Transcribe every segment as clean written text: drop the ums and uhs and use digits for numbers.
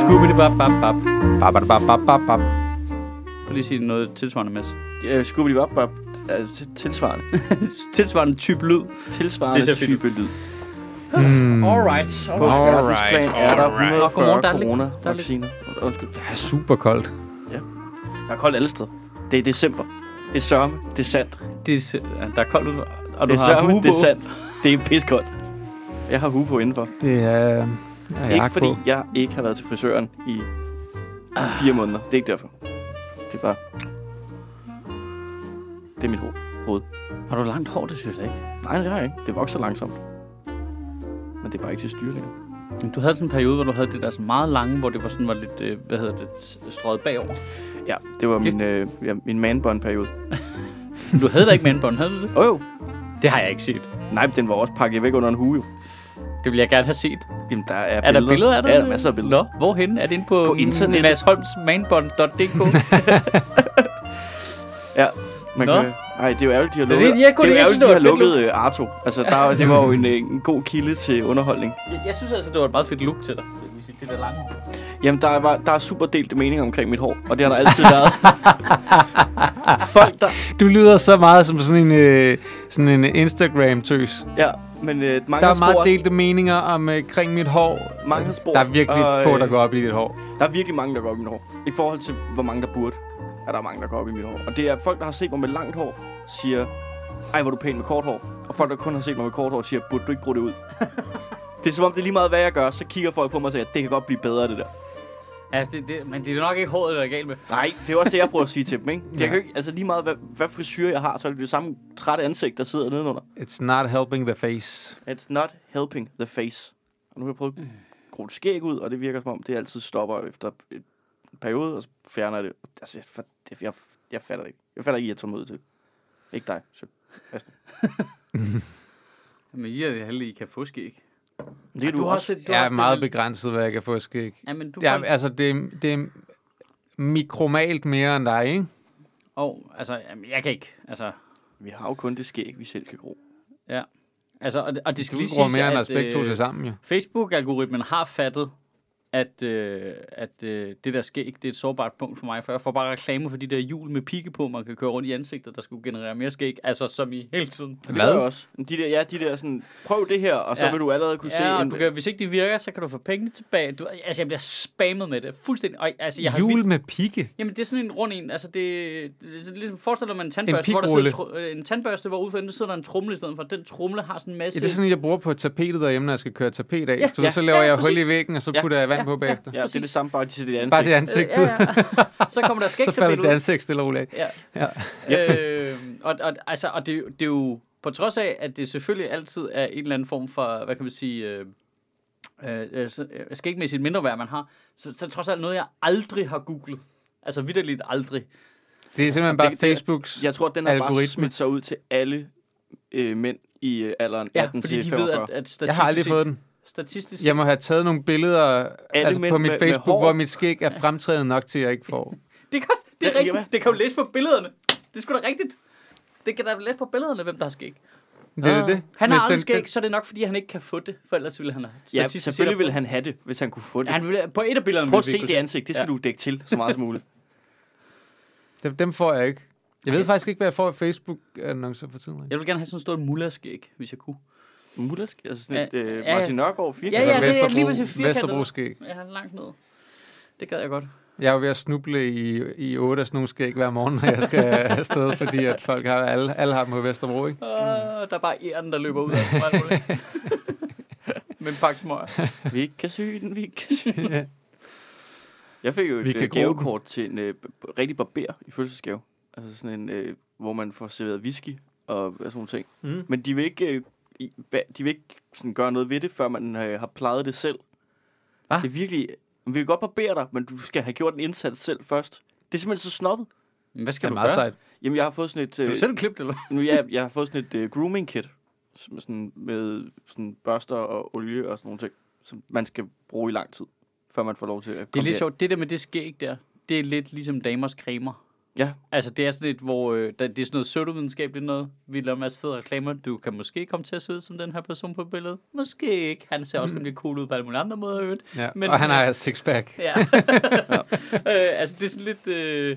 Scooby-Dee-bap-bap-bap. Bap-bap-bap-bap-bap. Prøv lige at sige noget tilsvarende, Mads. Scooby-Dee-bap-bap. Tilsvarende. Tilsvarende type lyd. Tilsvarende type lyd. Alright. På verdensplan er der 140 corona-vacciner. Undskyld. Det er super koldt. Ja. Der er koldt alle steder. Det er december. Det er sørme. Det er sandt. Der er koldt ud, og du det er har sørme, hue på. det er sandt. Det er piskoldt. Jeg har hue på indenfor. Det er... Ikke fordi jeg ikke har været til frisøren i 4 måneder. Det er ikke derfor. Det er bare... Det er mit hoved. Har du langt hår, det synes jeg ikke. Nej, det har jeg ikke. Det vokser langsomt. Men det er bare ikke til styr længere. Du havde sådan en periode, hvor du havde det der så meget lange, hvor det var sådan lidt, strøget bagover. Ja, det var min manbånd-periode. Du havde da ikke manbånd, havde du det? Jo. Det har jeg ikke set. Nej, den var også pakket væk under en hue. Det vil jeg gerne have set. Jamen, der er billeder. Er der billeder af det? Ja, der er masser af billeder. Nå, hvorhenne? Er det inde på internettet? madsholmsmanbånd.dk? Ja, man kan... Nej, det er jo ærgerligt, de har lukket. De har lukket Arto. Altså, det var jo en god kilde til underholdning. Jeg synes altså, det var et meget fedt look til dig. Det der lange hår. Jamen, der er super delte meninger omkring mit hår, og det har der altid været. Folk, der... Du lyder så meget som sådan en Instagram-tøs. Ja, men mange der er meget delte meninger omkring mit hår. Mange har spurgt. Der er virkelig få, der går op i dit hår. Der er virkelig mange, der går op i mit hår. I forhold til, hvor mange der burde, er der mange, der går op i mit hår. Og det er folk, der har set mig med langt hår, siger, ej, hvor er du pæn med kort hår. Og folk, der kun har set mig med kort hår, siger, burde du ikke gro det ud? Det er som om, det er lige meget, hvad jeg gør. Så kigger folk på mig og siger, det kan godt blive bedre, det der. Ja, men det er nok ikke håret, der er galt med. Nej, det er også det, jeg prøver at sige til dem, ikke? Jeg kan ikke, altså lige meget, hvad frisyr jeg har, så er det samme trætte ansigt, der sidder nedenunder. It's not helping the face. It's not helping the face. Og nu har jeg prøvet at gro et skæg ud, og det virker som om, det altid stopper efter en periode, og så fjerner jeg det. Altså, jeg fatter det ikke. Jeg fatter ikke, at jeg tog mod til. Ikke dig, så Men I er heldige, I kan få skæg. Det er du også. Jeg er meget begrænset, hvad jeg kan få skæg. Ja, men altså, det er mikromalt mere end dig, ikke? Altså, jeg kan ikke. Altså, vi har jo kun det skæg, vi selv kan gro. Ja. Altså, og det skal lige siges, mere end os begge to til sammen, jo. Facebook-algoritmen har fattet, at det der skæg, det er et sårbart punkt for mig, for jeg får bare reklame for de der hjul med pigge på, man kan køre rundt i ansigtet, der skulle generere mere skæg, altså som i hele tiden. Det gør også. De der sådan, prøv det her, og så vil du allerede kunne se... Hvis ikke de virker, så kan du få pengene tilbage. Altså, jeg bliver spammet med det, fuldstændig. Og, altså, jeg har hjul med pigge? Jamen, det er sådan en rund en, altså det ligesom forestiller man en tandbørste, hvor der sidder en tandbørste, hvor udfor den sidder der en tromle i stedet for. Den tromle har sådan en masse... Ja, det er sådan, jeg bruger på tapetet derhjemme, når jeg skal køre tapet af. Så laver jeg hul i væggen, og så putter jeg vand på bagefter. Ja, det er det samme, bare til dit ansigt. Bare til ansigtet. Ja. Så kommer der skæg så falder det ansigt stille og roligt. Ja. Og det er jo på trods af, at det selvfølgelig altid er en eller anden form for, hvad kan man sige, skægmæssigt mindreværd, man har, så trods alt noget, jeg aldrig har googlet. Altså vitterligt aldrig. Det er simpelthen bare Facebooks jeg tror, den har bare smidt sig ud til alle mænd i alderen 18 til 45. Jeg har aldrig fået den. Statistisk. Jeg må have taget nogle billeder på mit Facebook, hvor mit skæg er fremtrædende nok til, at jeg ikke får. Det er rigtigt. Det kan jo læse på billederne. Det er sgu da rigtigt. Det kan da læse på billederne, hvem der har skæg. Det. Han har aldrig skæg, så er det nok, fordi han ikke kan få det. For ellers ville han have statistisk. Ja, selvfølgelig ville han have det, hvis han kunne få det. Ja, han ville, på et af billederne. Prøv at se det ansigt. Det skal du dække til så meget som muligt. Dem får jeg ikke. Jeg ved faktisk ikke, hvad jeg får i Facebook-annoncer for tiden. Jeg vil gerne have sådan en stor mullerskæg, hvis jeg kunne. Mullerskæg? Altså sådan et Martin Nørgaard firkantet? Ja, det er lige præcis firkantet. Vesterbro-skæg. Ja, langt ned. Det gad jeg godt. Jeg er jo ved at snuble i 8 af sådan nogle skæg hver morgen, når jeg skal afsted, fordi at folk har alle har dem på Vesterbro, ikke? Der er bare æren, der løber ud af det. Med en pakke smøger. Vi kan syge den, vi kan syge den. Jeg fik jo et gavekort til en rigtig barber i fødselsgave. Altså sådan en, hvor man får serveret whisky og sådan nogle ting. Men de vil ikke sådan gøre noget ved det, før man har plejet det selv. Det er virkelig... Vi vil godt barbere dig, men du skal have gjort en indsats selv først. Det er simpelthen så snobbet. Hvad skal du gøre? Sejt. Jamen, jeg har fået sådan et... Skal du selv klippe det, eller? Nu, jeg har fået sådan et grooming kit, med sådan børster og olie og sådan nogle ting, som man skal bruge i lang tid, før man får lov til at komme. Det er lidt sjovt. Det der med det skæg der, det er lidt ligesom damers cremer. Ja. Altså, det er sådan et, hvor det er sådan noget pseudovidenskabeligt noget. Vi laver en masse fede reklamer. Du kan måske komme til at se ud som den her person på billedet. Måske ikke. Han ser også lidt cool ud på alle mulige andre måder, øvrigt. Ja, men, og han har sixpack. Ja. Altså, det er sådan lidt...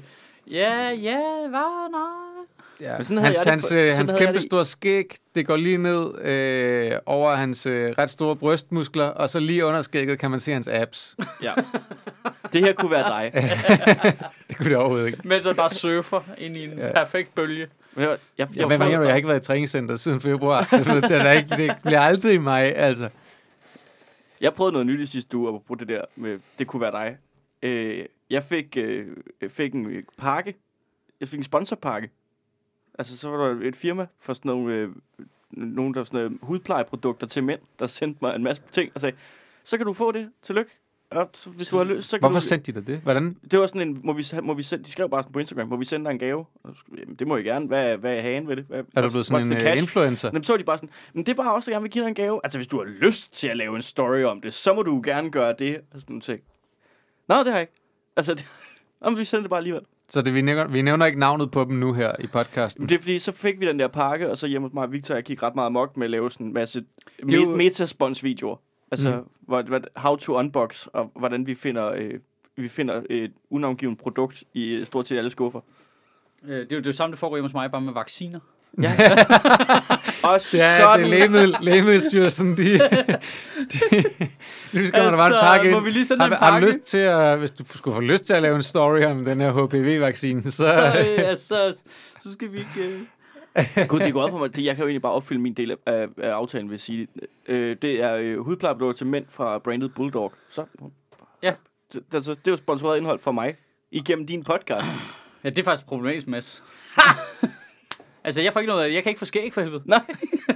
Ja. Hans kæmpe store skæg, det går lige ned over hans ret store brystmuskler, og så lige under skægget kan man se hans abs. Ja. Det her kunne være dig. Det kunne det overhovedet ikke. Mens han bare surfer ind i en perfekt bølge. Jeg har ikke været i træningscenter siden februar. Det bliver aldrig mig, altså. Jeg prøvede noget nyt i sidste uge, og på det der med, det kunne være dig. Jeg fik en pakke. Jeg fik en sponsorpakke. Altså, så var der et firma for sådan nogle der sådan nogle hudplejeprodukter til mænd, der sendte mig en masse ting og sagde, så kan du få det. Tillykke. Ja, så, hvis du har lyst, så kan Hvorfor sendte de dig det? Hvordan? Det var sådan en, de skrev bare sådan på Instagram, må vi sende dig en gave? Jamen, det må I gerne. Hvad er hagen ved det? Er du blevet sådan en influencer? Jamen, så var de bare sådan, men det er bare også, at jeg vil give dig en gave. Altså, hvis du har lyst til at lave en story om det, så må du gerne gøre det. Og sådan ting. Nå, det har jeg ikke. Altså, vi sender det bare alligevel. Så det, vi nævner ikke navnet på dem nu her i podcasten? Det er fordi, så fik vi den der pakke, og så hjemme hos mig og Victor, jeg gik ret meget amok med at lave sådan en masse metaspons-videoer. Altså, how to unbox, og hvordan vi finder et unavngivet produkt i stort set alle skuffer. Det er jo det samme, det foregår hjemme hos mig, bare med vacciner. Ja. Og sådan... det er Lægemiddelstyrelsen, nu skal der bare en pakke ind. Må vi lige sende en pakke? Har du lyst til at, hvis du skulle få lyst til at lave en story om den her HPV-vaccine, så skal vi ikke... Gud, det går op for mig. Jeg kan jo egentlig bare opfylde min del af aftalen, vil jeg sige. Det er hudplejeprodukter til mænd fra brandet Bulldog. Så. Ja. Det er jo sponsoreret indhold for mig igennem din podcast. Ja, det er faktisk problematisk, Mads. Altså, jeg får ikke noget af det. Jeg kan ikke få skæg for helvede. Nej.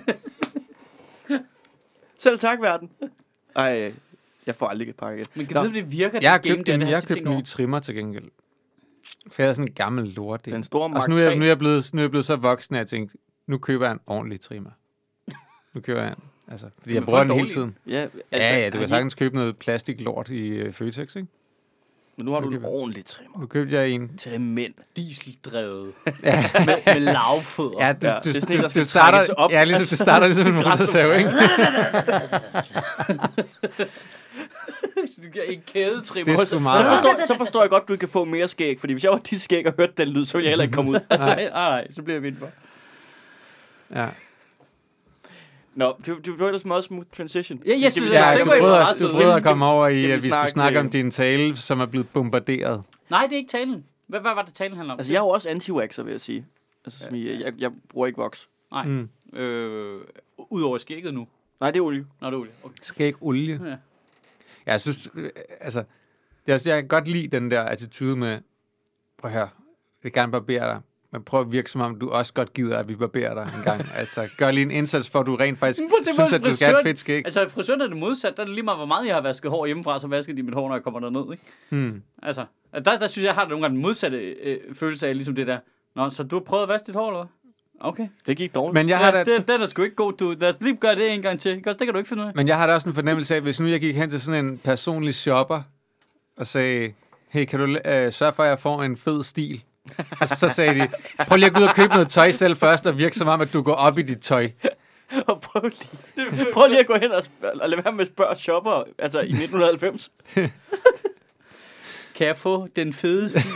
Selv tak, verden. Ej, jeg får aldrig et pakke. Men kan du vide, det virker? Jeg har købt en ny trimmer til gengæld. For jeg er sådan en gammel lort. Den store Mark og nu er jeg blevet så voksen, at jeg tænkte, nu køber jeg en ordentlig trimmer. Nu køber jeg en. Altså, fordi jeg bruger den hele tiden. Ja, altså, ja, du kan sagtens købe noget plastiklort i Føtex, ikke? Men nu har du en ordentlig trimmer. Nu købte jeg en. Til mænd. Dieseldrevet. Ja. med lavfødder. Ja, du starter op. Ja, ligesom du starter ligesom en motorsav, ikke? En kædetrimmer. Så forstår jeg godt, du ikke kan få mere skæg. Fordi hvis jeg var dit skæg og hørte den lyd, så ville jeg heller ikke komme ud. Nej, så bliver jeg vind for. Ja. Nå, det var ellers meget smooth transition. Ja, jeg synes, jeg prøvede at komme over i, at vi skulle snakke om din tale, som er blevet bombarderet. Nej, det er ikke talen. Hvad var det, talen handler om? Altså, jeg er jo også anti-waxer, vil jeg sige. Altså, jeg bruger ikke voks. Nej. Udover skægget nu? Nej, det er olie. Nå, det er olie. Okay. Skæg-olie? Ja. Jeg synes, altså, jeg kan godt lide den der attitude med, prøv her, jeg vil gerne barbere dig. Men prøv at virke som om, du også godt gider, at vi barberer dig en gang. Altså, gør lige en indsats for, at du rent faktisk synes, at du skal have et fedt skæg. Altså, frisøren er det modsat. Der er det lige meget, hvor meget jeg har vasket hår hjemmefra, så vasker de mit hår, når jeg kommer derned, ikke? Altså, der synes jeg har nogle gange den modsatte følelse af, ligesom det der. Nå, så du har prøvet at vaske dit hår, eller hvad? Okay. Det gik dårligt. Men jeg har den er sgu ikke god. Lad os lige gøre det en gang til. Det kan du ikke finde ud af. Men jeg har da også en fornemmelse af, hvis nu jeg gik hen til sådan en personlig shopper, og sagde, hey, kan du sørge for, at jeg får en fed stil? Så sagde de, prøv lige at gå ud og købe noget tøj selv først, og virke som om, at du går op i dit tøj. Og prøv lige at gå hen og lade være med at spørge shopper, altså i 1990. Kan jeg få den fede stil?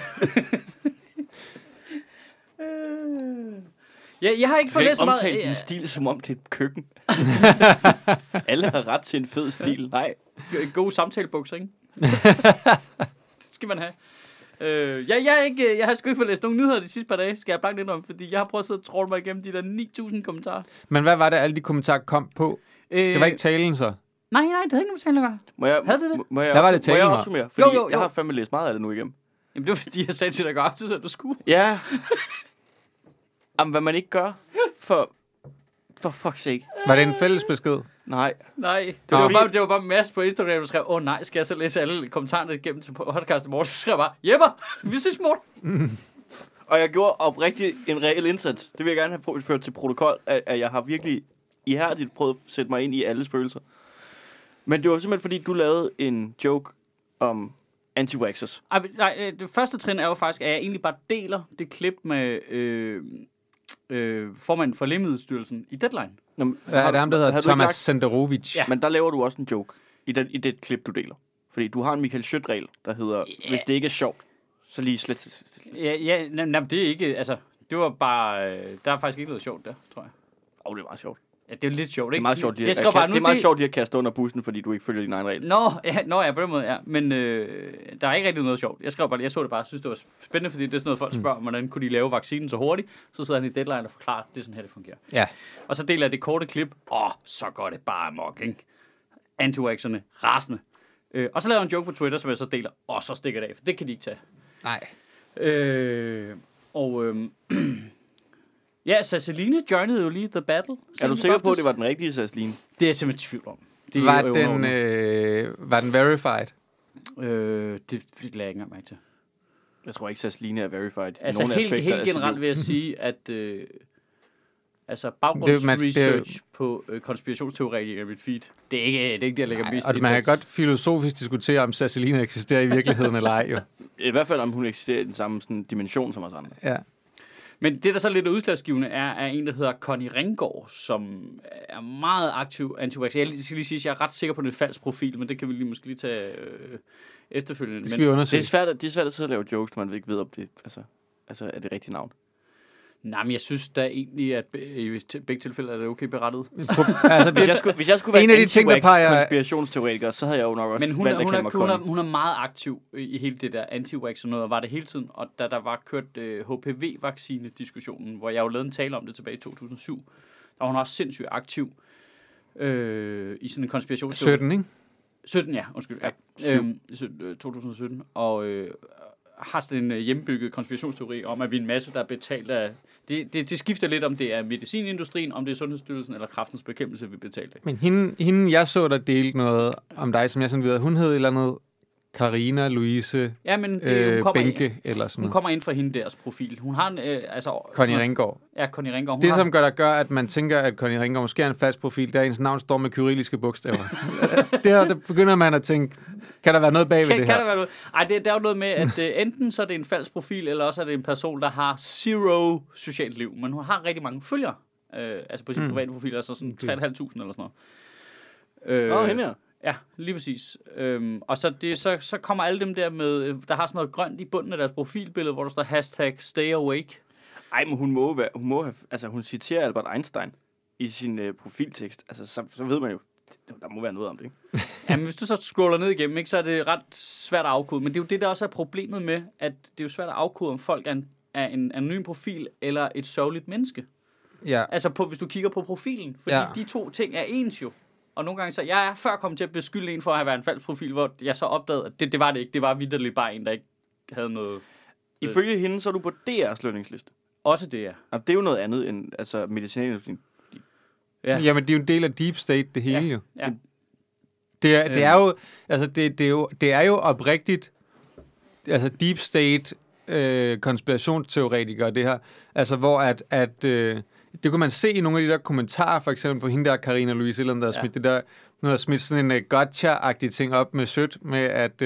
Jeg har ikke fået læst så meget. Omtale din stil, som om det er et køkken. Alle har ret til en fed stil. Nej. God samtalebukser, ikke? Det skal man have. Jeg har sgu ikke fået læst nogen nyheder de sidste par dage, skal jeg blankt ind om, fordi jeg har prøvet at sidde og tråle mig igennem de der 9.000 kommentarer. Men hvad var det, alle de kommentarer kom på? Det var ikke talen så? Nej, det havde ikke nogen talen at gøre. Havde det det? Hvad var det talen var? Må jeg opsummere? Fordi jo. Jeg har fandme læst meget af det nu igennem. Jamen det var fordi, jeg sagde til dig godt, så du skulle. Ja. Jamen, hvad man ikke gør for fuck's sake. Var det en fælles besked? Nej. Det var bare Mads på Instagram, der skrev, nej, skal jeg så læse alle kommentarerne igennem til podcast i morgen? Så skrev jeg bare, Jepper, vi ses morgen. Og jeg gjorde oprigtigt en reel indsats. Det vil jeg gerne have ført til protokol, at jeg har virkelig ihærdigt prøvet at sætte mig ind i alles følelser. Men det var simpelthen fordi, du lavede en joke om anti-waxers. Nej, det første trin er jo faktisk, at jeg egentlig bare deler det klip med formanden for Lægemiddelstyrelsen i Deadline. Er det ham, der hedder Thomas Senderovic? Ja. Men der laver du også en joke i det klip, du deler. Fordi du har en Michael Schødt-regel, der hedder, hvis det ikke er sjovt, så lige slet. Ja, det er ikke, altså, det var bare, der er faktisk ikke noget sjovt der, tror jeg. Det er meget sjovt. Ja, det er lidt sjovt, ikke? Det er meget sjovt, det er meget sjovt lige at kaste under bussen, fordi du ikke følger din egen regel. Nå, på den måde, ja. Men der er ikke rigtig noget sjovt. Jeg så det bare, synes det var spændende, fordi det er sådan noget, folk spørger, hvordan kunne de lave vaccinen så hurtigt. Så sidder han i Deadline og forklarer, det er sådan her, det fungerer. Ja. Og så deler jeg det korte klip. Så går det bare amok, ikke? Anti-vaxxerne, rasende. Og så laver jeg en joke på Twitter, som jeg så deler, og så stikker det af, for det kan de ikke tage. Nej. Ja, Sasseline joinede jo lige The Battle. Er du sikker på, at det var den rigtige Sasseline? Det er jeg simpelthen tvivl om. Det var den verified? Det fik jeg ikke engang mærke til. Jeg tror ikke, Sasseline er verified. Altså helt generelt vil jeg sige, at baggrundsresearch på konspirationsteoretikere i mit feed, det er ikke det, jeg lægger mest i. Og man kan godt filosofisk diskutere, om Sasseline eksisterer i virkeligheden eller ej, jo. I hvert fald, om hun eksisterer i den samme sådan, dimension som os andre. Ja. Men det, der så lidt udslagsgivende, er en, der hedder Connie Ringgaard, som er meget aktiv anti-vax. Jeg skal lige sige, at jeg er ret sikker på, at det er en falsk profil, men det kan vi måske lige tage efterfølgende. Det skal vi undersøge. Det er svært at sidde og lave jokes, når man ikke ved, om det altså er det rigtige navn. Nej, men jeg synes da egentlig, at i begge tilfælde er det okay berettet. Hvis jeg skulle være en anti-vax-konspirationsteoretiker, så havde jeg jo nok også valgt at kalde mig Connie. Hun er meget aktiv i hele det der anti-vax og noget, og var det hele tiden. Og da der var kørt HPV-vaccine-diskussionen, hvor jeg jo lavede en tale om det tilbage i 2007, der var hun også sindssygt aktiv i sådan en konspirationsteori. 17, ikke? 17, ja, undskyld. Ja. 2017. Og har sådan en hjemmebygget konspirationsteori om, at vi er en masse, der er betalt af... Det skifter lidt, om det er medicinindustrien, om det er Sundhedsstyrelsen eller Kræftens Bekæmpelse, vi betaler af. Men hende, jeg så, der delte noget om dig, som jeg sådan ved, hun hed et eller andet Carina Louise Bænke eller sådan noget. Hun kommer ind fra hende deres profil. Hun har en... Connie Ringgaard. Ja, Connie Ringgaard. Det, som gør, at man tænker, at Connie Ringgaard måske er en falsk profil, det er, ens navn står med kyrilliske bogstaver. der begynder man at tænke, kan der være noget bagved det her? Kan der være noget? Ej, der er jo noget med, at enten så er det en falsk profil, eller også er det en person, der har zero socialt liv. Men hun har rigtig mange følgere, på sin private profil, altså sådan 3.500 eller sådan noget. Hende her. Ja, lige præcis. Og så kommer alle dem der med, der har sådan noget grønt i bunden af deres profilbillede, hvor der står #stayawake. Ej, men hun må have, altså hun citerer Albert Einstein i sin profiltekst. Altså, så ved man jo, der må være noget om det, ikke? Ja, men hvis du så scroller ned igennem, ikke, så er det ret svært at afkode. Men det er jo det, der også er problemet med, at det er jo svært at afkode, om folk er en anonym profil eller et sørgeligt menneske. Ja. Altså, hvis du kigger på profilen. Fordi de to ting er ens jo. Og nogle gange så, jeg er før kommet til at beskylde en for at have været en falsk profil, hvor jeg så opdagede, at det var det ikke. Det var vitterligt bare en, der ikke havde noget... Ifølge hende, så er du på DR's lønningsliste. Også det, ja. Og det er jo noget andet end medicinalindustrien. Ja. Jamen, det er jo en del af deep state, det hele jo. Ja. Det er jo, altså det er jo oprigtigt, altså deep state konspirationsteoretikere, det her. Altså, hvor det kunne man se i nogle af de der kommentarer, for eksempel på hende der, Carina Louise, eller der har smidt det der, nu har smidt sådan en gotcha-agtig ting op med sødt, med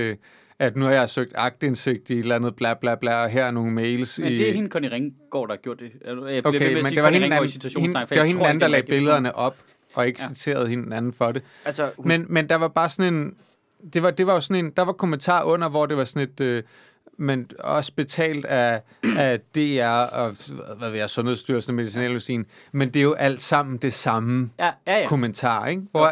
at nu har jeg søgt aktindsigt i et eller andet bla bla bla, og her er nogle mails. Men det er hende, Connie Ringgaard, der har gjort det. Jeg okay, men det var hende anden, der lagde billederne op, og ikke citerede hende anden for det. Altså, men der var bare sådan en, det var jo sådan en, der var kommentar under, hvor det var sådan et... men også betalt af DR og hvad ved jeg, Sundhedsstyrelsen og Medicinalmedicin. Men det er jo alt sammen det samme kommentar, ikke? Hvor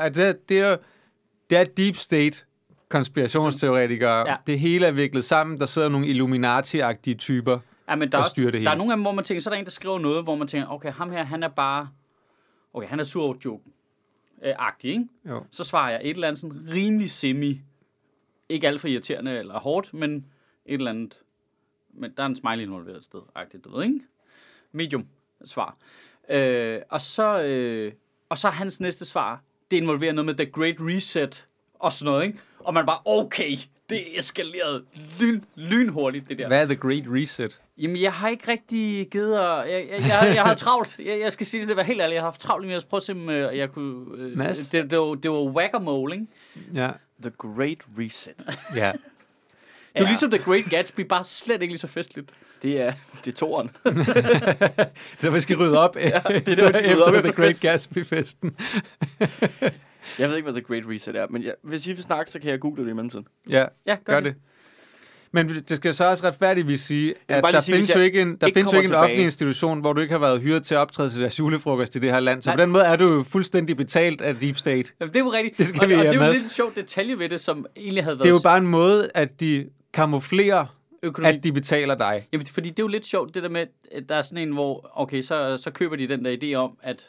det er deep state konspirationsteoretikere. Ja. Det hele er viklet sammen. Der sidder nogle Illuminati-agtige typer og styrer det hele. Der er nogle af dem, hvor man tænker, så er der en, der skriver noget, hvor man tænker, okay, ham her, han er bare... Okay, han er sur joke-agtig, ikke? Jo. Så svarer jeg et eller andet sådan rimelig semi... Ikke alt for irriterende eller hårdt, men... et eller andet, men der er en smiley involveret et sted, agtigt, du ved, ikke? Medium svar. Og så hans næste svar, det involverer noget med The Great Reset, og sådan noget, ikke? Og man bare, okay, det eskalerede lynhurtigt, det der. Hvad er The Great Reset? Jamen, jeg har ikke rigtig givet jeg har travlt. Jeg skal sige det var helt ærligt, jeg har haft travlt med at prøve at se, om jeg kunne... det var whack-a-mole, ikke? Ja. The Great Reset. Ja. Det er jo ligesom The Great Gatsby, bare slet ikke lige så festligt. Det er toren. Der vi skal rydde op det er der, vi skal rydde op efter The Great Gatsby-festen. Jeg ved ikke, hvad The Great Reset er, men hvis I vil snakke, så kan jeg google det i mellemtiden. Ja, gør det. Men det skal så også retfærdigvis sige, at der findes jo ikke en offentlig institution, hvor du ikke har været hyret til at optræde til deres julefrokost i det her land. Så på den måde er du jo fuldstændig betalt af Deep State. Jamen, det er jo rigtigt. Det skal vi og det er jo med. lidt sjovt detalje ved det, som egentlig havde været... Det er jo bare en måde, at de kamuflerer, at de betaler dig. Jamen, fordi det er jo lidt sjovt, det der med, at der er sådan en, hvor, okay, så køber de den der idé om, at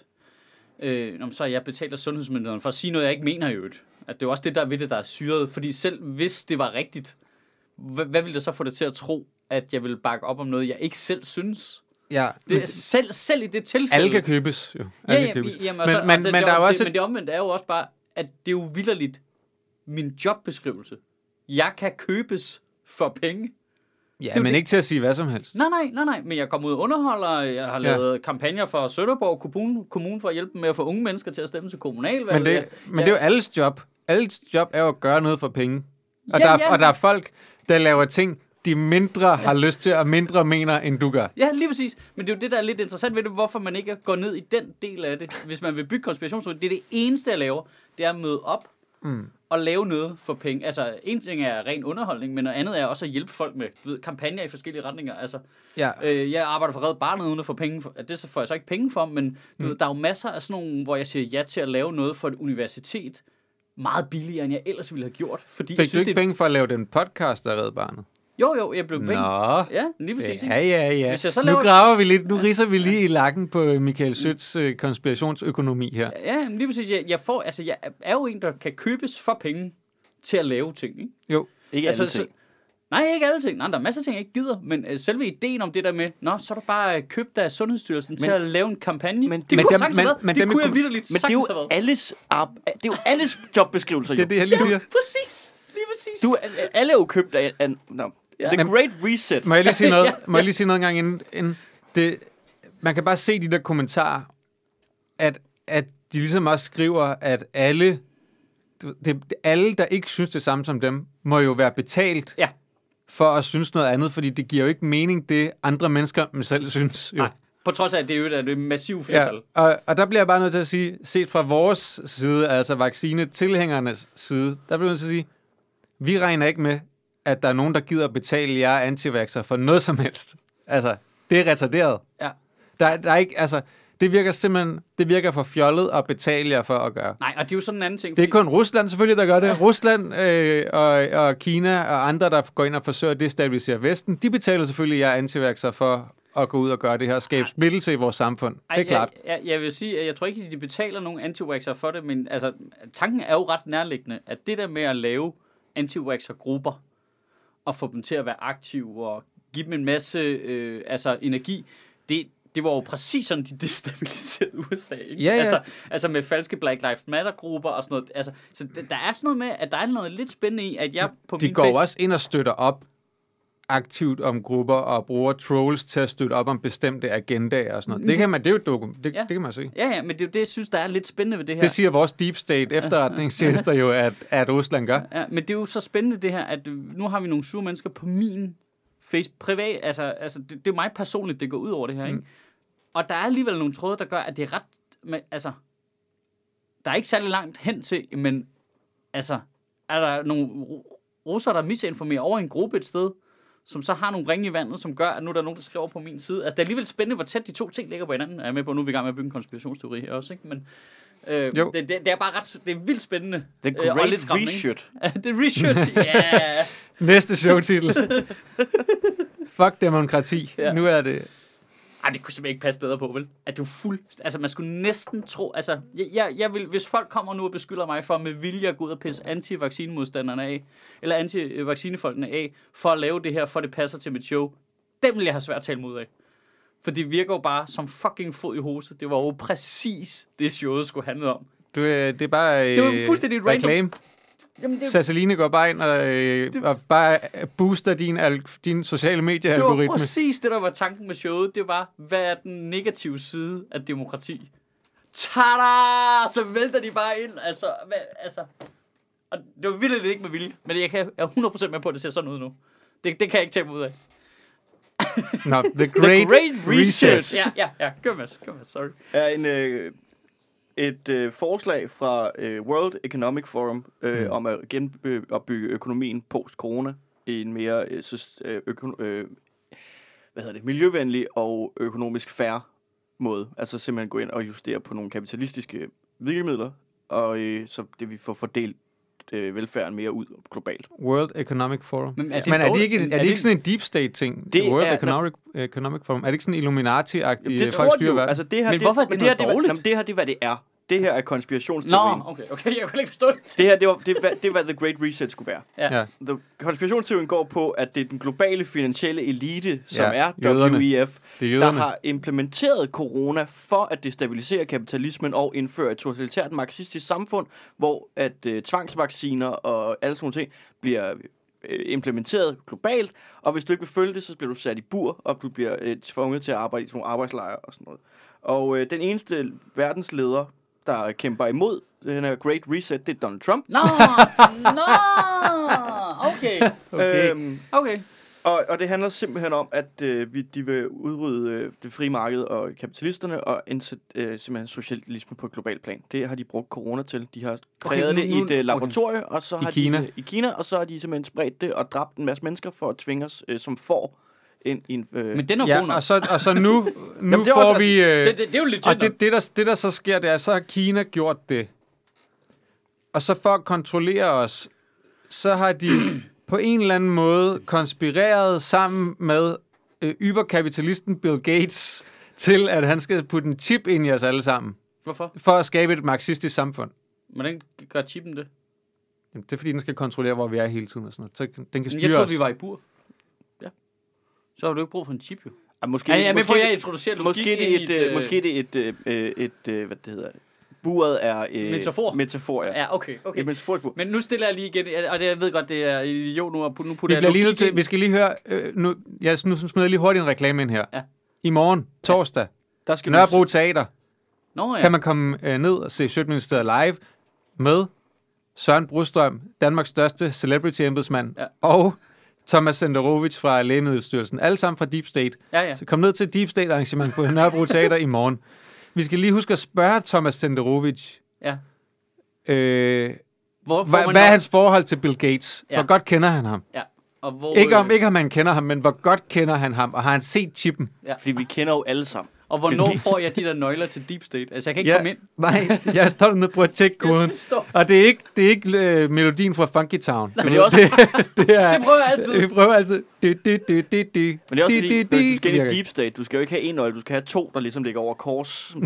så jeg betaler sundhedsmyndighederne for at sige noget, jeg ikke mener i øvrigt. At det er jo også det, der er ved det, der er syret. Fordi selv hvis det var rigtigt, hvad ville det så få det til at tro, at jeg ville bakke op om noget, jeg ikke selv synes? Ja. Det, selv i det tilfælde... Alle kan købes, jo. Men der er også men det omvendte er jo også bare, at det er jo vitterligt min jobbeskrivelse. Jeg kan købes for penge. Ja, men ikke til at sige hvad som helst. Nej, men jeg kommer ud og underholder, jeg har lavet kampagner for Sønderborg Kommune for at hjælpe med at få unge mennesker til at stemme til kommunalvalget. Men det er jo alles job. Alles job er jo at gøre noget for penge. Og der er folk, der laver ting, de mindre har lyst til, og mindre mener, end du gør. Ja, lige præcis. Men det er jo det, der er lidt interessant ved det, hvorfor man ikke går ned i den del af det, hvis man vil bygge konspirationsteorier. Det er det eneste, jeg laver, det er at møde op og lave noget for penge. Altså, en ting er ren underholdning, men noget andet er også at hjælpe folk med kampagner i forskellige retninger. Altså, jeg arbejder for Red Barnet uden at få penge for, det får jeg så ikke penge for, men der er jo masser af sådan nogle, hvor jeg siger ja til at lave noget for et universitet, meget billigere, end jeg ellers ville have gjort. Fordi Fik du ikke penge for at lave den podcast af Red Barnet? Jo, jeg blev penge. Nå. Ja, lige præcis. Ja. Hvis jeg så nu graver vi lidt, nu ridser vi lige i lakken på Michael Søds konspirationsøkonomi her. Ja, lige præcis. Jeg er jo en, der kan købes for penge til at lave ting, ikke? Jo. Ikke alle ting. Nej, ikke alle ting. Nej, der er masser af ting, jeg ikke gider. Men selve ideen om det der med, så er du bare købt af Sundhedsstyrelsen til at lave en kampagne. Det kunne jeg vitterligt sagtens have været. Men det er jo alles jobbeskrivelser, jo. Det er det, jeg lige siger. Præcis. Lige præcis. Alle er jo købt af... The Great Reset. Må jeg lige sige noget? Må jeg lige sige noget engang inden det? Man kan bare se de der kommentarer, at de ligesom også skriver, at alle, der ikke synes det samme som dem, må jo være betalt for at synes noget andet, fordi det giver jo ikke mening, det andre mennesker selv synes. Jo. Nej, på trods af, at det er jo et massivt flertal. Ja, og der bliver jeg bare nødt til at sige, set fra vores side, altså vaccinetilhængernes side, der bliver jeg nødt til at sige, vi regner ikke med, at der er nogen, der gider at betale jer antivaxer for noget som helst. Altså, det er retarderet. Ja. Der er ikke, altså, det virker for fjollet at betale jer for at gøre. Nej, og det er jo sådan en anden ting. Det er kun Rusland selvfølgelig, der gør det. Rusland og Kina og andre, der går ind og forsøger at destabilisere Vesten, de betaler selvfølgelig jer antivaxer for at gå ud og gøre det her, skabe splittelse i vores samfund. Det er klart. Jeg vil sige, at jeg tror ikke, at de betaler nogen antivaxer for det, men altså, tanken er jo ret nærliggende, at det der med at lave antivaxer-grupper, og få dem til at være aktive, og give dem en masse energi, det var jo præcis sådan, de destabiliserede USA, ikke? Ja. Altså med falske Black Lives Matter-grupper og sådan noget. Altså, så der er sådan noget med, at der er noget lidt spændende i, at jeg på min går også ind og støtter op aktivt om grupper, og bruger trolls til at støtte op om bestemte agendaer og sådan noget. Det kan man, det er jo det kan man se. Ja, men det er jo det, jeg synes, der er lidt spændende ved det her. Det siger vores Deep State efterretningstjenester jo, at Rusland gør. Ja, men det er jo så spændende det her, at nu har vi nogle sure mennesker på min privat, altså det er mig personligt, det går ud over det her, ikke? Og der er alligevel nogle tråde, der gør, at det er ret, altså, der er ikke særlig langt hen til, men altså, er der nogle russere, der misinformerer over en gruppe et sted, som så har nogle ringe i vandet, som gør, at nu er der nogen, der skriver på min side. Altså, det er alligevel spændende, hvor tæt de to ting ligger på hinanden. Jeg er med på, nu er vi i gang med at bygge en konspirationsteori her også, ikke? Men det er bare det er vildt spændende. The Great Reshoot. The Reshoot, ja. Næste showtitel. Fuck demokrati. Ja. Nu er det... Ej, det kunne simpelthen ikke passe bedre på, vel? At du altså, man skulle næsten tro... Altså, jeg vil, hvis folk kommer nu og beskylder mig for med vilje at gå ud og pisse anti-vaccinemodstanderne af, eller anti-vaccinefolkene af, for at lave det her, for det passer til mit show, dem vil jeg have svært at tale mod af. For det virker jo bare som fucking fod i hovedet. Det var jo præcis det, showet skulle handle om. Det er bare det var fuldstændig random. Sasseline går bare ind og bare booster din sociale medie-algoritme. Det var præcis det, der var tanken med showet. Det var, hvad er den negative side af demokrati? Tada! Så vælter de bare ind. Altså. Og det var vildt ikke med vilje, men jeg er 100% med på, at det ser sådan ud nu. Det kan jeg ikke tage mig ud af. No, the Great Reset. Ja. Kør med, sorry. Er et forslag fra World Economic Forum om at genopbygge økonomien post-corona i en mere miljøvenlig og økonomisk fair måde. Altså simpelthen gå ind og justere på nogle kapitalistiske virkemidler, og så det vi får fordelt velfærden mere ud globalt. World Economic Forum. Men er det ikke sådan en deep state ting? World Economic Forum. Er det ikke sådan Illuminati-agtigt? Det tror de jo. Altså, men hvorfor er det noget dårligt? Det her er, hvad det er. Det her er konspirationsteorien. Nå, okay, jeg kan ikke forstå det. Det her, det er, hvad The Great Reset skulle være. Ja. Konspirationsteorien går på, at det er den globale finansielle elite, som er jøderne. WEF, der har implementeret corona for at destabilisere kapitalismen og indføre et totalitært marxistisk samfund, hvor at tvangsvacciner og alle sådan nogle ting bliver implementeret globalt, og hvis du ikke vil følge det, så bliver du sat i bur, og du bliver tvunget til at arbejde i sådan nogle arbejdslejre og sådan noget. Og den eneste verdensleder, der kæmper imod den her Great Reset, det er Donald Trump. Okay. Og det handler simpelthen om, at de vil udrydde det frie marked og kapitalisterne og indsætte simpelthen socialisme på et globalt plan. Det har de brugt corona til. De har kreeret det i et laboratorium, og så har i Kina, og så har de simpelthen spredt det og dræbt en masse mennesker for at tvinge os som får ind i en... Men den er god nok. Og så nu jamen, får også, vi... det er jo legit. Og det der så sker, det er, så har Kina gjort det. Og så for at kontrollere os, så har de på en eller anden måde konspireret sammen med yberkapitalisten Bill Gates til, at han skal putte en chip ind i os alle sammen. Hvorfor? For at skabe et marxistisk samfund. Hvordan gør chippen det? Jamen, det er fordi, den skal kontrollere, hvor vi er hele tiden og sådan noget. Så den kan styre jeg troede, vi var i bur. Ja. Så har du ikke brug for en chip, jo. Måske det er hvad det hedder... Buret er... metafor, ja. Ja, okay. Men nu stiller jeg lige igen, og det, jeg ved godt, det er idiot nu, og nu putter jeg lige til. Vi skal lige høre... nu smider jeg lige hurtigt en reklame ind her. Ja. I morgen, torsdag, der skal Nørrebro Teater. Kan man komme ned og se Sjøtministeriet live med Søren Brostrøm, Danmarks største celebrity-embedsmand, og Thomas Senderovic fra Lægemiddelstyrelsen. Alle sammen fra Deep State. Ja. Så kom ned til Deep State arrangement på Nørrebro Teater i morgen. Vi skal lige huske at spørge Thomas Senderovic. Ja. Hvad er hans forhold til Bill Gates? Ja. Hvor godt kender han ham? Ja. Og hvor, ikke om han kender ham, men hvor godt kender han ham? Og har han set chippen? Ja. Fordi vi kender jo alle sammen. Og hvornår får jeg de der nøgler til Deep State? Altså, jeg kan ikke komme ind. Nej, jeg står dernede på at tjekke koden. Og det er ikke melodien fra Funky Town. Men det er også... det prøver jeg altid. Vi prøver altid. Men det er også fordi, hvis du skal ind i Deep State, du skal jo ikke have en nøgle, du skal have to, der ligesom ligger over kors. Som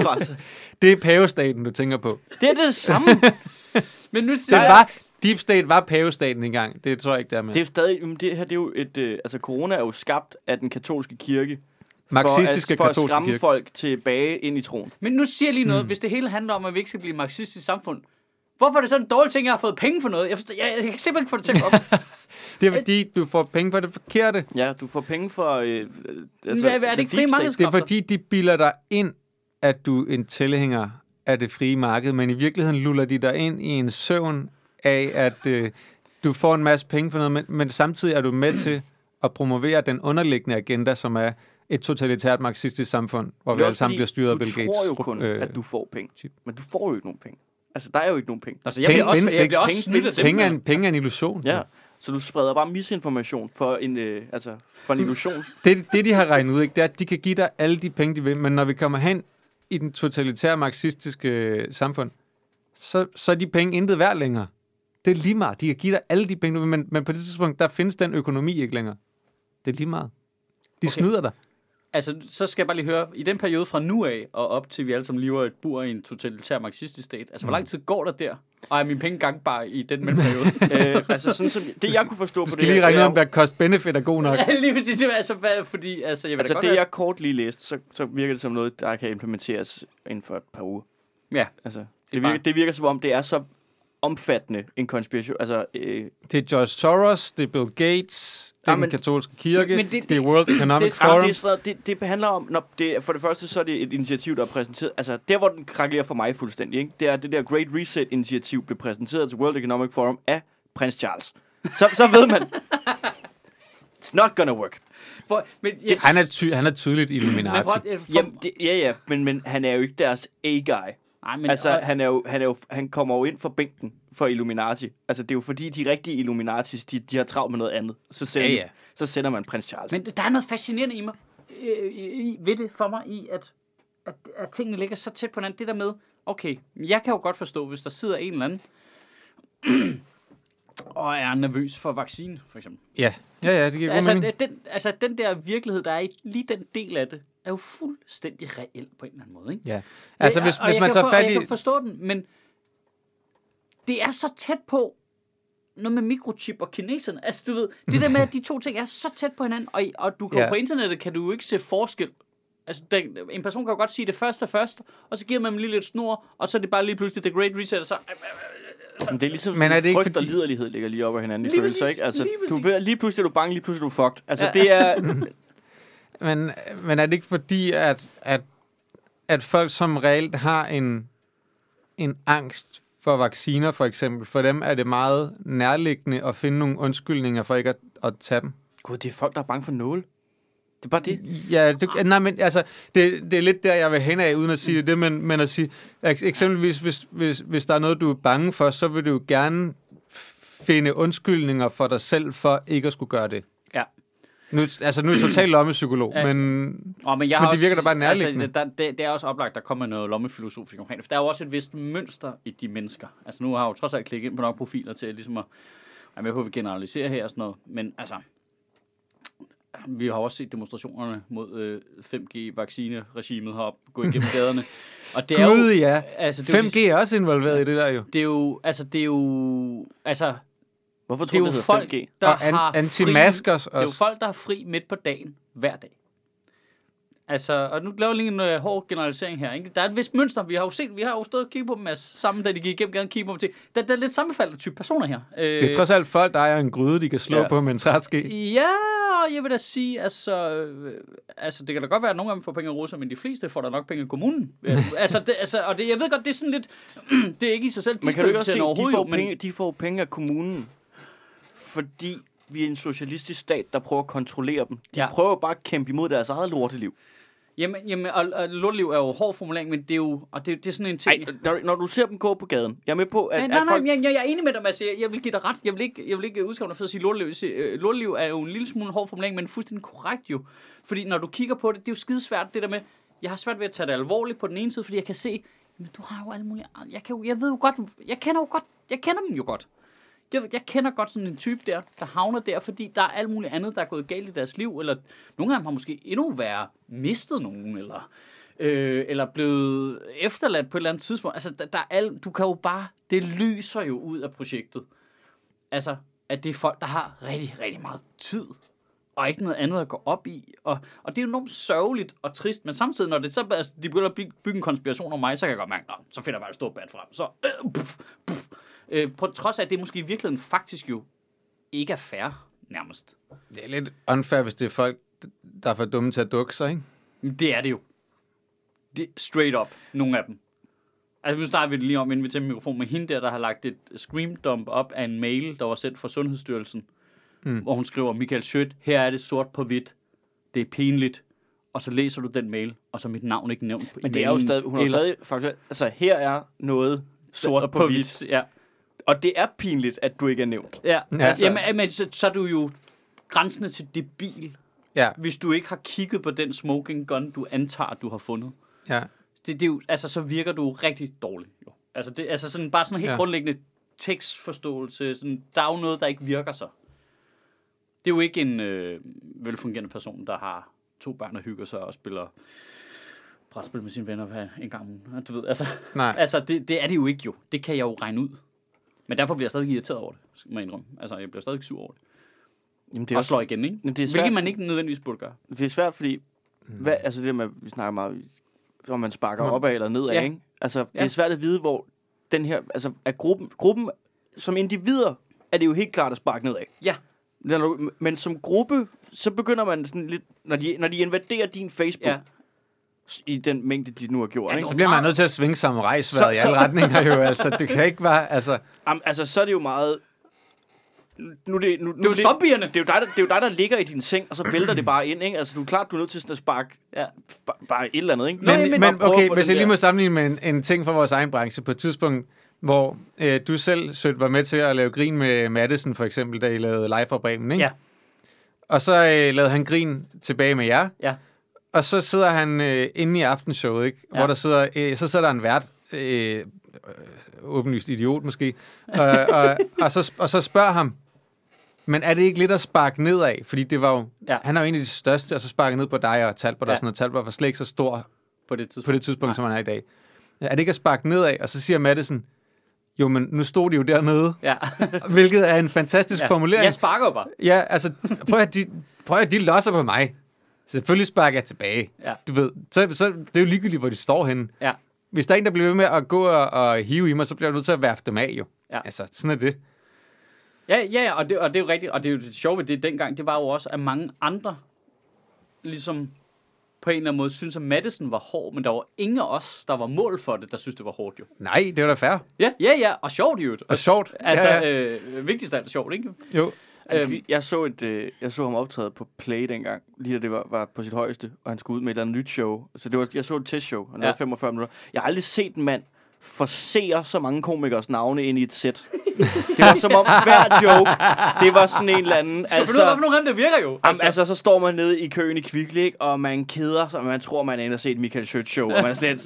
det er pavestaten, du tænker på. Det er det samme. Men nu Deep State var pavestaten engang. Det tror jeg ikke, der med. Det er jo stadig... det her, det er jo et... altså, corona er jo skabt af den katolske kirke. Marxistiske for at skræmme folk tilbage ind i troen. Men nu siger jeg lige noget. Hvis det hele handler om, at vi ikke skal blive et marxistisk samfund, hvorfor er det sådan en dårlig ting, jeg har fået penge for noget? Jeg kan simpelthen ikke få det til at gå op. Det er fordi, du får penge for det forkerte. Ja, du får penge for... er det ikke frie markedskræfter? Det er fordi, de bilder dig ind, at du er en tilhænger af det frie marked, men i virkeligheden luller de dig ind i en søvn af, at du får en masse penge for noget, men samtidig er du med til at promovere den underliggende agenda, som er et totalitært marxistisk samfund, hvor vi alle sammen bliver styret af Bill Gates. Du tror jo kun, at du får penge, men du får jo ikke nogen penge. Altså, der er jo ikke nogen penge. Altså, jeg bliver også snydt af dem. Penge er en illusion. Ja, så du spreder bare misinformation for en illusion. det, de har regnet ud, ikke, det er, at de kan give dig alle de penge, de vil, men når vi kommer hen i den totalitære marxistiske samfund, så er de penge intet værd længere. Det er lige meget. De kan give dig alle de penge, du vil, men på det tidspunkt, der findes den økonomi ikke længere. Det er lige meget. De snyder dig. Altså, så skal jeg bare lige høre, i den periode fra nu af og op til vi alle sammen lever et bur i en totalitær marxistisk stat, altså hvor lang tid går der der? Og er mine penge gangbare i den mellemperiode? Altså sådan som, det jeg kunne forstå på det her... Skal lige regne om, hvad cost-benefit er god nok? Ja, lige præcis. Fordi, jeg ved altså det jeg kort lige læste, så virker det som noget, der kan implementeres inden for et par uger. Ja. Altså, det virker som om, det er så omfattende en konspiration. Altså, det er George Soros, det er Bill Gates, det er den katolske kirke, det er World Economic Forum. Det handler om, for det første, så er det et initiativ, der er præsenteret. Altså, der hvor den krakelerer for mig fuldstændig, ikke? Det er det der Great Reset-initiativ, blev præsenteret til World Economic Forum af prins Charles. Så ved man, it's not gonna work. Han er tydeligt Illuminati. Men han er jo ikke deres A-guy. Han kommer jo ind for bænken for Illuminati. Altså, det er jo fordi, de rigtige Illuminatis, de har travlt med noget andet. Så sender man prins Charles. Men der er noget fascinerende i mig, ved det for mig, i at tingene ligger så tæt på hinanden. Det der med, okay, jeg kan jo godt forstå, hvis der sidder en eller anden, og er nervøs for vaccine, for eksempel. Ja, det giver god mening. Den der virkelighed, der er i lige den del af det, er jo fuldstændig reelt på en eller anden måde, ikke? Ja. Altså, hvis man tager fat i... Jeg kan forstå den, men det er så tæt på noget med mikrochip og kineserne. Altså, du ved, det der med, at de to ting er så tæt på hinanden, og du kan på internettet, kan du jo ikke se forskel. Altså, en person kan jo godt sige det først, og så giver man dem lige lidt snor, og så er det bare lige pludselig The Great Reset, og så... Men det er ligesom sådan, at frygt og liderlighed ligger lige op ad hinanden i følelser, ikke? Altså, lige pludselig er du bange, lige pludselig er du fucked. Altså, det er... men er det ikke fordi, at folk som reelt har en angst for vacciner, for eksempel, for dem er det meget nærliggende at finde nogle undskyldninger for ikke at tage dem? Gud, det er folk, der er bange for nåle. Det er bare det. Ja, nej, men altså, det er lidt der, jeg vil hen af, uden at sige det, men at sige, eksempelvis, hvis der er noget, du er bange for, så vil du jo gerne finde undskyldninger for dig selv, for ikke at skulle gøre det. Ja. Nu er jeg totalt lommepsykolog, men det virker da bare nærliggende. Altså, det er også oplagt, der kommer noget lommefilosofisk omkring det, for der er jo også et vist mønster i de mennesker. Altså, nu har jeg jo trods alt klikket ind på nogle profiler til ligesom at være med på, at vi generaliserer her og sådan noget, men altså... Vi har også set demonstrationerne mod 5G-vaccineregimet heroppe gå igennem gaderne. Og det er Gud, jo, ja. Altså, 5G er også involveret i det der jo. Det er jo... Hvorfor tror du, det hedder folk, 5G? Der har anti-maskers fri, det er jo folk, der har fri midt på dagen, hver dag. Altså, og nu laver jeg lige en hård generalisering her, ikke? Der er et vist mønster, vi har jo stået og kigget på dem sammen, da de gik igennem gaden, kigge på dem til. Der er lidt sammenfaldende type personer her. Det er trods alt folk, der er en gryde, de kan slå på med en træske. Ja, og jeg vil da sige, altså, det kan da godt være, at nogle af dem får penge af russer, men de fleste får da nok penge af kommunen. jeg ved godt, det er sådan lidt, det er ikke i sig selv. Men kan du ikke også se, de får penge af kommunen, fordi vi er en socialistisk stat, der prøver at kontrollere dem. De prøver bare at kæmpe imod deres eget lorteliv. Jamen og lorteliv er jo hård formulering, men det er jo, og det er sådan en ting... Når du ser dem gå på gaden, jeg er med på, at... Jeg er enig med dig, Mads. Jeg vil give dig ret. Jeg vil ikke udskrive dig for at sige lorteliv. Lorteliv er jo en lille smule hård formulering, men fuldstændig korrekt jo. Fordi når du kigger på det, det er jo skidesvært, det der med... Jeg har svært ved at tage det alvorligt på den ene side, fordi jeg kan se, men du har jo alle mulige... Jeg kender dem jo godt. Jeg kender godt sådan en type der havner der, fordi der er alt muligt andet, der er gået galt i deres liv, eller nogle af dem har måske endnu værre mistet nogen, eller blevet efterladt på et eller andet tidspunkt. Altså, du kan jo bare, det lyser jo ud af projektet. Altså, at det er folk, der har rigtig, rigtig meget tid, og ikke noget andet at gå op i. Og det er jo enormt sørgeligt og trist, men samtidig, når de begynder at bygge en konspiration om mig, så kan jeg godt mærke, så finder jeg bare et stort bat frem. Så, på trods af, at det måske i virkeligheden faktisk jo ikke er fair, nærmest. Det er lidt unfair, hvis det er folk, der er for dumme til at dukke sig, ikke? Det er det jo. Det er straight up, nogle af dem. Altså, nu snakker vi det lige om, inden vi tager mikrofonen med hende der har lagt et screamdump op af en mail, der var sendt fra Sundhedsstyrelsen, hvor hun skriver, Michael Schødt, her er det sort på hvidt. Det er pinligt. Og så læser du den mail, og så mit navn ikke nævnt på. Men det er jo stadig, hun har stadig faktisk, altså her er noget sort på hvidt. Ja. Og det er pinligt, at du ikke er nævnt. Ja, altså. Jamen, så er du jo grænsende til debil, hvis du ikke har kigget på den smoking gun, du antager, du har fundet. Ja. Det er jo, altså, så virker du rigtig dårligt. Jo. Altså, det, altså sådan, bare sådan en helt grundlæggende tekstforståelse. Sådan, der er jo noget, der ikke virker så. Det er jo ikke en velfungerende person, der har 2 børn og hygger sig og spiller brætspil med sine venner en gang om ugen. Du ved, altså, altså det er det jo ikke jo. Det kan jeg jo regne ud. Men derfor bliver jeg stadig irriteret over det, må jeg indrømme. Altså, jeg bliver stadig sur over det. Jamen, det er og slår igen, ikke? Det er hvilket man ikke nødvendigvis burde gøre. Det er svært, fordi altså det der med, vi snakker meget, om man sparker opad eller nedad, ikke? Altså, det er svært at vide, hvor den her, altså at gruppen som individer, er det jo helt klart at sparke nedad. Ja. Men som gruppe, så begynder man sådan lidt, når de invaderer din Facebook, i den mængde, de nu har gjort. Ja, så bliver man nødt til at svinge samurajsværet i alle retninger jo, altså. Det kan ikke bare, altså... Altså, så er det jo meget... Nu, det er jo zombierne. Det er jo dig, der ligger i din seng, og så vælter det bare ind, ikke? Altså, du er klart, du er nødt til sådan at sparke bare et eller andet, ikke? Men okay, hvis jeg lige må sammenligne med en ting fra vores egen branche, på et tidspunkt, hvor du selv, Sødt, var med til at lave grin med Madison, for eksempel, da I lavede Live fra Bremen, ikke? Ja. Og så lavede han grin tilbage med jer. Ja. Og så sidder han inde i aftenshowet, ikke? Ja. Hvor der sidder, så sidder der en vært, åbenlyst idiot måske, og så spørger ham, men er det ikke lidt at sparke nedad? Fordi det var jo, han er jo en af de største, og så sparker ned på dig og Talbot og sådan noget. Talbot var slet ikke så stor på det tidspunkt som han er i dag. Er det ikke at sparke nedad? Og så siger Madison, jo, men nu stod de jo dernede. Ja. Hvilket er en fantastisk formulering. Jeg sparker jo bare. Ja, altså, prøv at de losser på mig. Selvfølgelig sparker jeg tilbage. Ja. Du ved, så det er jo ligegyldigt, hvor de står henne. Ja. Hvis der er en, der bliver ved med at gå og hive i mig, så bliver jeg nødt til at værfe dem af, jo. Ja. Altså, sådan er det. Ja, og det er jo rigtigt. Og det er jo det sjove ved det dengang, det var jo også, at mange andre, ligesom på en eller anden måde, synes, at Madison var hård, men der var ingen af os, der var mål for det, der synes, det var hårdt, jo. Nej, det var da fair. Ja, og sjovt, jo. Og sjovt. Altså, vigtigst af alt sjovt, ikke? Jo. Jeg så ham optræde på Play dengang, lige da det var på sit højeste, og han skulle ud med et eller andet nyt show. Så jeg så et testshow, han lavede 45 minutter. Jeg har aldrig set en mand forcere så mange komikers navne ind i et sæt. Det var som om hver joke, det var sådan en eller anden... Skal du finde ud af, hvorfor nogle af dem, der virker jo? Altså, så står man nede i køen i Kvickly, ikke? Og man keder sig, og man tror, man er inde og set Michael Schøtz show, og man er slet...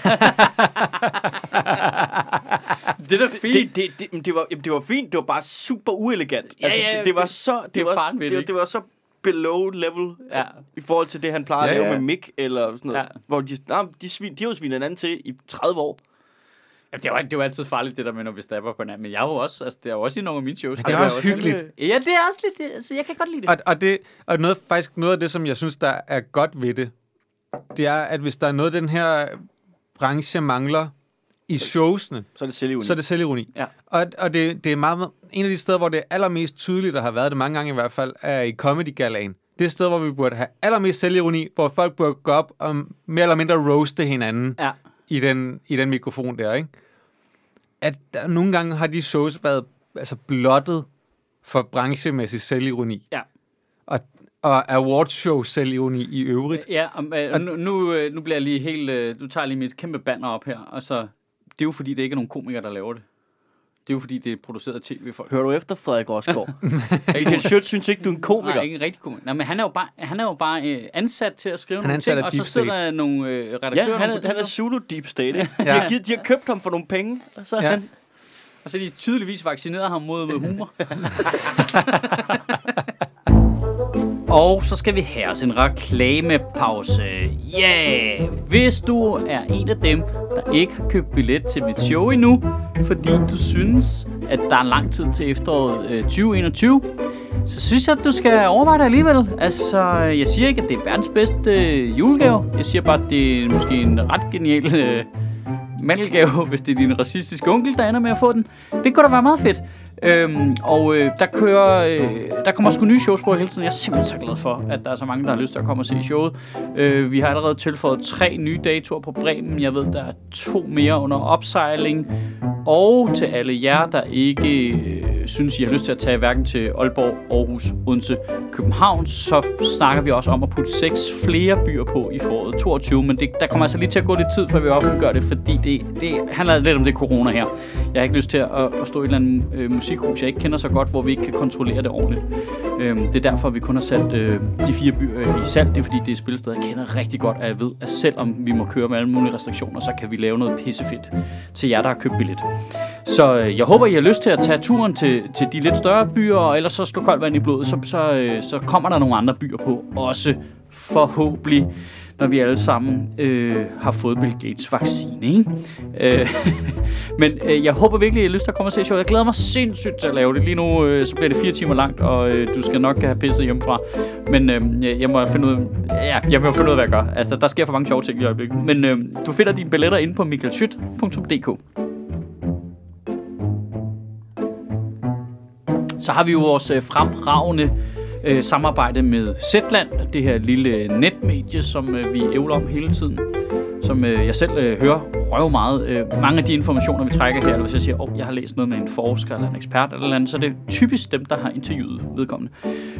Det er da fint. Det var fint, det var bare super uelegant. Altså, det var så below level i forhold til det, han plejer at lave med Mick, eller sådan noget. Hvor de har jo svinet anden til i 30 år. Ja, det er jo altid farligt, det der med, når vi stabber på hinanden. Men jeg er jo også, altså, det er jo også i nogle af mine shows. Men det er også hyggeligt. Ja, det er også lidt, altså, jeg kan godt lide det. Og noget af det, som jeg synes, der er godt ved det, det er, at hvis der er noget, den her branche mangler i showsene, så er det selvironi. Ja. Og det er meget, en af de steder, hvor det er allermest tydeligt, der har været det mange gange i hvert fald, er i Comedy Galaen. Det er et sted, hvor vi burde have allermest selvironi, hvor folk burde gå op og mere eller mindre roaste hinanden i den mikrofon der, ikke? At der, nogle gange har de shows været altså blottet for branchemæssig selvironi. Ja. Og awardshow selvironi i øvrigt. Ja, nu bliver jeg lige helt... Du tager lige mit kæmpe banner op her, og så... Det er jo fordi, det ikke er nogen komikere, der laver det. Det er jo fordi, det er produceret af tv-folk. Hører du efter, Frederik Rosgaard? Michael Schøtz synes ikke, du er en komiker. Nej, ikke en rigtig komiker. Nej, men han er jo bare ansat til at skrive nogle ting, og så sidder der nogle redaktører. Ja, han er Zulu Deep State. De har købt ham for nogle penge, og så han... Og så de tydeligvis vaccineret ham mod humor. Og så skal vi have os en reklamepause. Hvis du er en af dem, der ikke har købt billet til mit show endnu, fordi du synes, at der er lang tid til efteråret 2021, så synes jeg, at du skal overveje det alligevel. Altså, jeg siger ikke, at det er verdens bedste julegave. Jeg siger bare, at det er måske en ret genial mandelgave, hvis det er din racistiske onkel, der ender med at få den. Det kunne da være meget fedt. Der kommer sgu nye shows på hele tiden. Jeg er simpelthen så glad for, at der er så mange, der har lyst til at komme og se showet. Vi har allerede tilføjet 3 nye datoer på Bremen. Jeg ved, der er 2 mere under opsejling. Og til alle jer, der ikke synes, I har lyst til at tage hverken til Aalborg, Aarhus, Odense, København, så snakker vi også om at putte 6 flere byer på i foråret 22. Men der kommer altså lige til at gå lidt tid, før vi offentliggør det, fordi det handler lidt om det corona her. Jeg har ikke lyst til at stå i et eller andet musikhus, jeg ikke kender så godt, hvor vi ikke kan kontrollere det ordentligt. Det er derfor, vi kun har sat de 4 byer i salg. Det er fordi, det er et spilsted, jeg kender rigtig godt, og jeg ved, at selvom vi må køre med alle mulige restriktioner, så kan vi lave noget pissefedt til jer, der har købt billet. Så jeg håber, I har lyst til at tage turen til de lidt større byer, og ellers så slå koldt vand i blodet, så kommer der nogle andre byer på, også forhåbentlig, når vi alle sammen har fået Bill Gates vaccine, ikke? Men jeg håber virkelig, at I har lyst til at komme og se showet. Jeg glæder mig sindssygt til at lave det. Lige nu så bliver det 4 timer langt, og du skal nok have pisset hjemmefra. Men jeg må finde ud af, hvad jeg gør. Altså, der sker for mange sjove ting i øjeblikket. Men du finder dine billetter inde på michaelschødt.dk. Så har vi jo vores fremragende samarbejde med Zetland, det her lille netmedie, som vi ævler om hele tiden, som jeg selv hører røv meget. Mange af de informationer, vi trækker her, eller hvis jeg siger, jeg har læst noget med en forsker eller en ekspert eller andet, så er det typisk dem, der har interviewet vedkommende.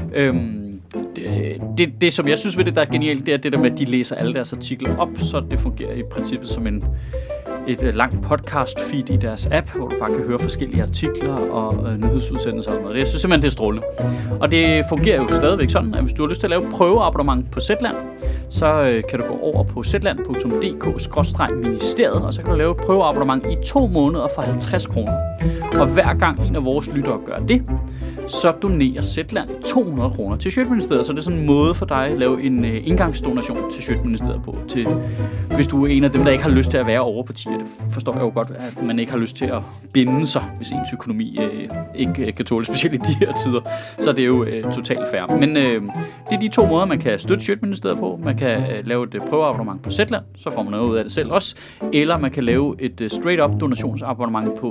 Det, som jeg synes ved det, der er genialt, det er det der med, at de læser alle deres artikler op, så det fungerer i princippet som et langt podcast feed i deres app, hvor du bare kan høre forskellige artikler og nyhedsudsendelser og noget. Jeg synes simpelthen, det er strålende. Og det fungerer jo stadigvæk sådan, at hvis du har lyst til at lave prøveabonnement på Zetland, så kan du gå over på zetland.dk/ministeriet, og så kan du lave et prøveabonnement i 2 måneder for 50 kroner. Og hver gang en af vores lyttere gør det, så donerer Zetland 200 kroner til Sjøtministeriet. Så det er sådan en måde for dig at lave en indgangsdonation til Sjøtministeriet på. Hvis du er en af dem, der ikke har lyst til at være over på tier. Det forstår jeg jo godt, at man ikke har lyst til at binde sig, hvis ens økonomi ikke kan tåle, specielt i de her tider. Så det er jo totalt fair. Men det er de 2 måder, man kan støtte Sjøtministeriet på. Man kan lave et prøveabonnement på Zetland, så får man noget ud af det selv også. Eller man kan lave et straight-up donationsabonnement på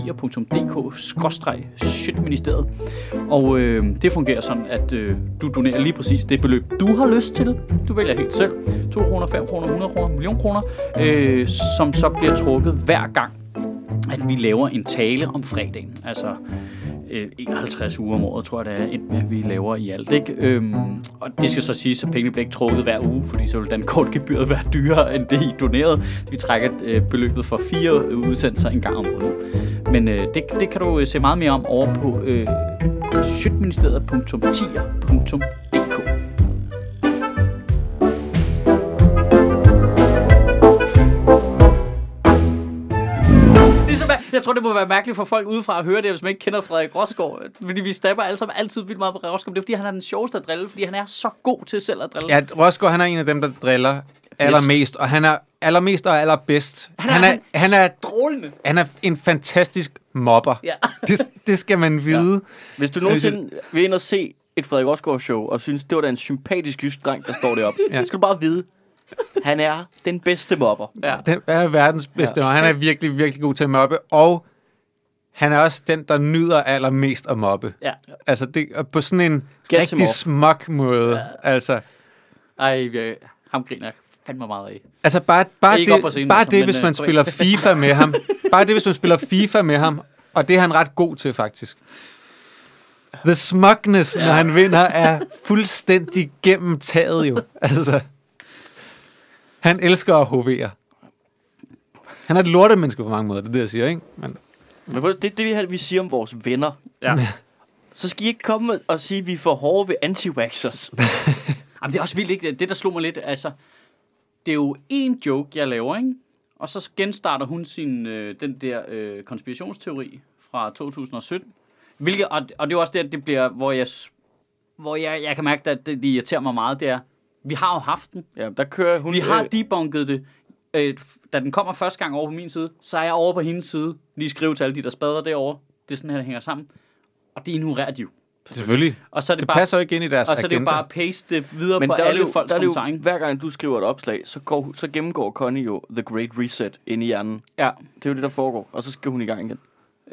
tier.dk/Sjøtministeriet. Og det fungerer sådan, at du donerer lige præcis det beløb, du har lyst til. Du vælger helt selv. 2 kroner, 5 kroner, 100 kroner, 1 million kroner, som så bliver trukket hver gang, at vi laver en tale om fredagen. Altså 51 uger om året, tror jeg, det er, vi laver i alt. Ikke? Og det skal så siges, at pengene bliver ikke trukket hver uge, fordi så vil den kortgebyret være dyrere, end det I donerede. Vi trækker beløbet for 4 udsendelser en gang om året. Men det kan du se meget mere om over på sjøtministeriet.tier.dk. Jeg tror, det må være mærkeligt for folk udefra at høre det, hvis man ikke kender Frederik Rosgaard. Fordi vi stabber alle sammen altid vildt meget på Rosgaard. Det er, fordi han er den sjoveste at drille, fordi han er så god til selv at drille. Ja, Rosgaard, han er en af dem, der driller allermest, og han er allermest og allerbedst. Han er strålende. Han er en fantastisk mobber. Ja. Det skal man vide. Ja. Hvis du nogensinde vil ind og se et Frederik Rosgaard-show, og synes, det var da en sympatisk jysk dreng, der står deroppe, skal du bare vide, han er den bedste mobber. Ja. Han er verdens bedste mobber. Han er virkelig, virkelig god til at mobbe, og han er også den, der nyder allermest at mobbe. Ja. Altså, det er på sådan en rigtig smuk måde. Ja. Altså. Ham griner jeg fandme meget af. Altså, bare det, hvis man spiller FIFA med ham. Bare det, hvis man spiller FIFA med ham, og det er han ret god til, faktisk. The smugness, når han vinder, er fuldstændig gennemtaget jo. Altså. Han elsker at hovere. Han er et lortemenneske på mange måder, det er det, jeg siger, ikke? Men det vi siger om vores venner. Ja. Så skal I ikke komme og sige, at vi er for hårde ved anti-waxers. Jamen, det er også vildt, ikke? Det, der slog mig lidt, altså, det er jo en joke, jeg laver, ikke? Og så genstarter hun den der konspirationsteori fra 2017. Hvilket, og det er jo også det bliver, hvor jeg kan mærke, at det irriterer mig meget, det er, vi har jo haft den. Ja, der kører hun. Vi har debunket det. Da den kommer første gang over på min side, så er jeg over på hendes side. Lige skrive til alle de der spader derovre. Det er sådan her, det hænger sammen. Og det ignorerer de jo. Selvfølgelig. Og så er det passer ikke ind i deres agenda. Og så er det jo bare at paste det videre på alle folks kommentarer. Hver gang du skriver et opslag, så gennemgår Connie jo The Great Reset inde i hjernen. Ja. Det er jo det, der foregår. Og så skal hun i gang igen.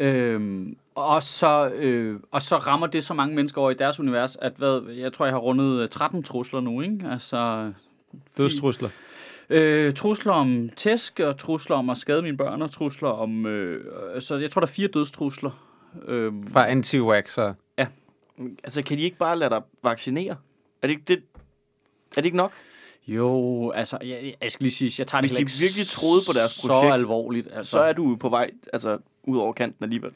Og så rammer det så mange mennesker over i deres univers, at jeg tror, jeg har rundet 13 trusler nu, ikke? Altså dødstrusler. Trusler om tæsk, og trusler om at skade mine børn, og trusler om så jeg tror, der er 4 dødstrusler. Fra anti-vaxxer. Ja. Altså, kan de ikke bare lade dig vaccinere? Er det ikke nok? Jo, altså, jeg skal lige sige, jeg tager det ikke virkelig troede på deres projekt, så alvorligt. Altså. Så er du på vej, altså, ud over kanten alligevel.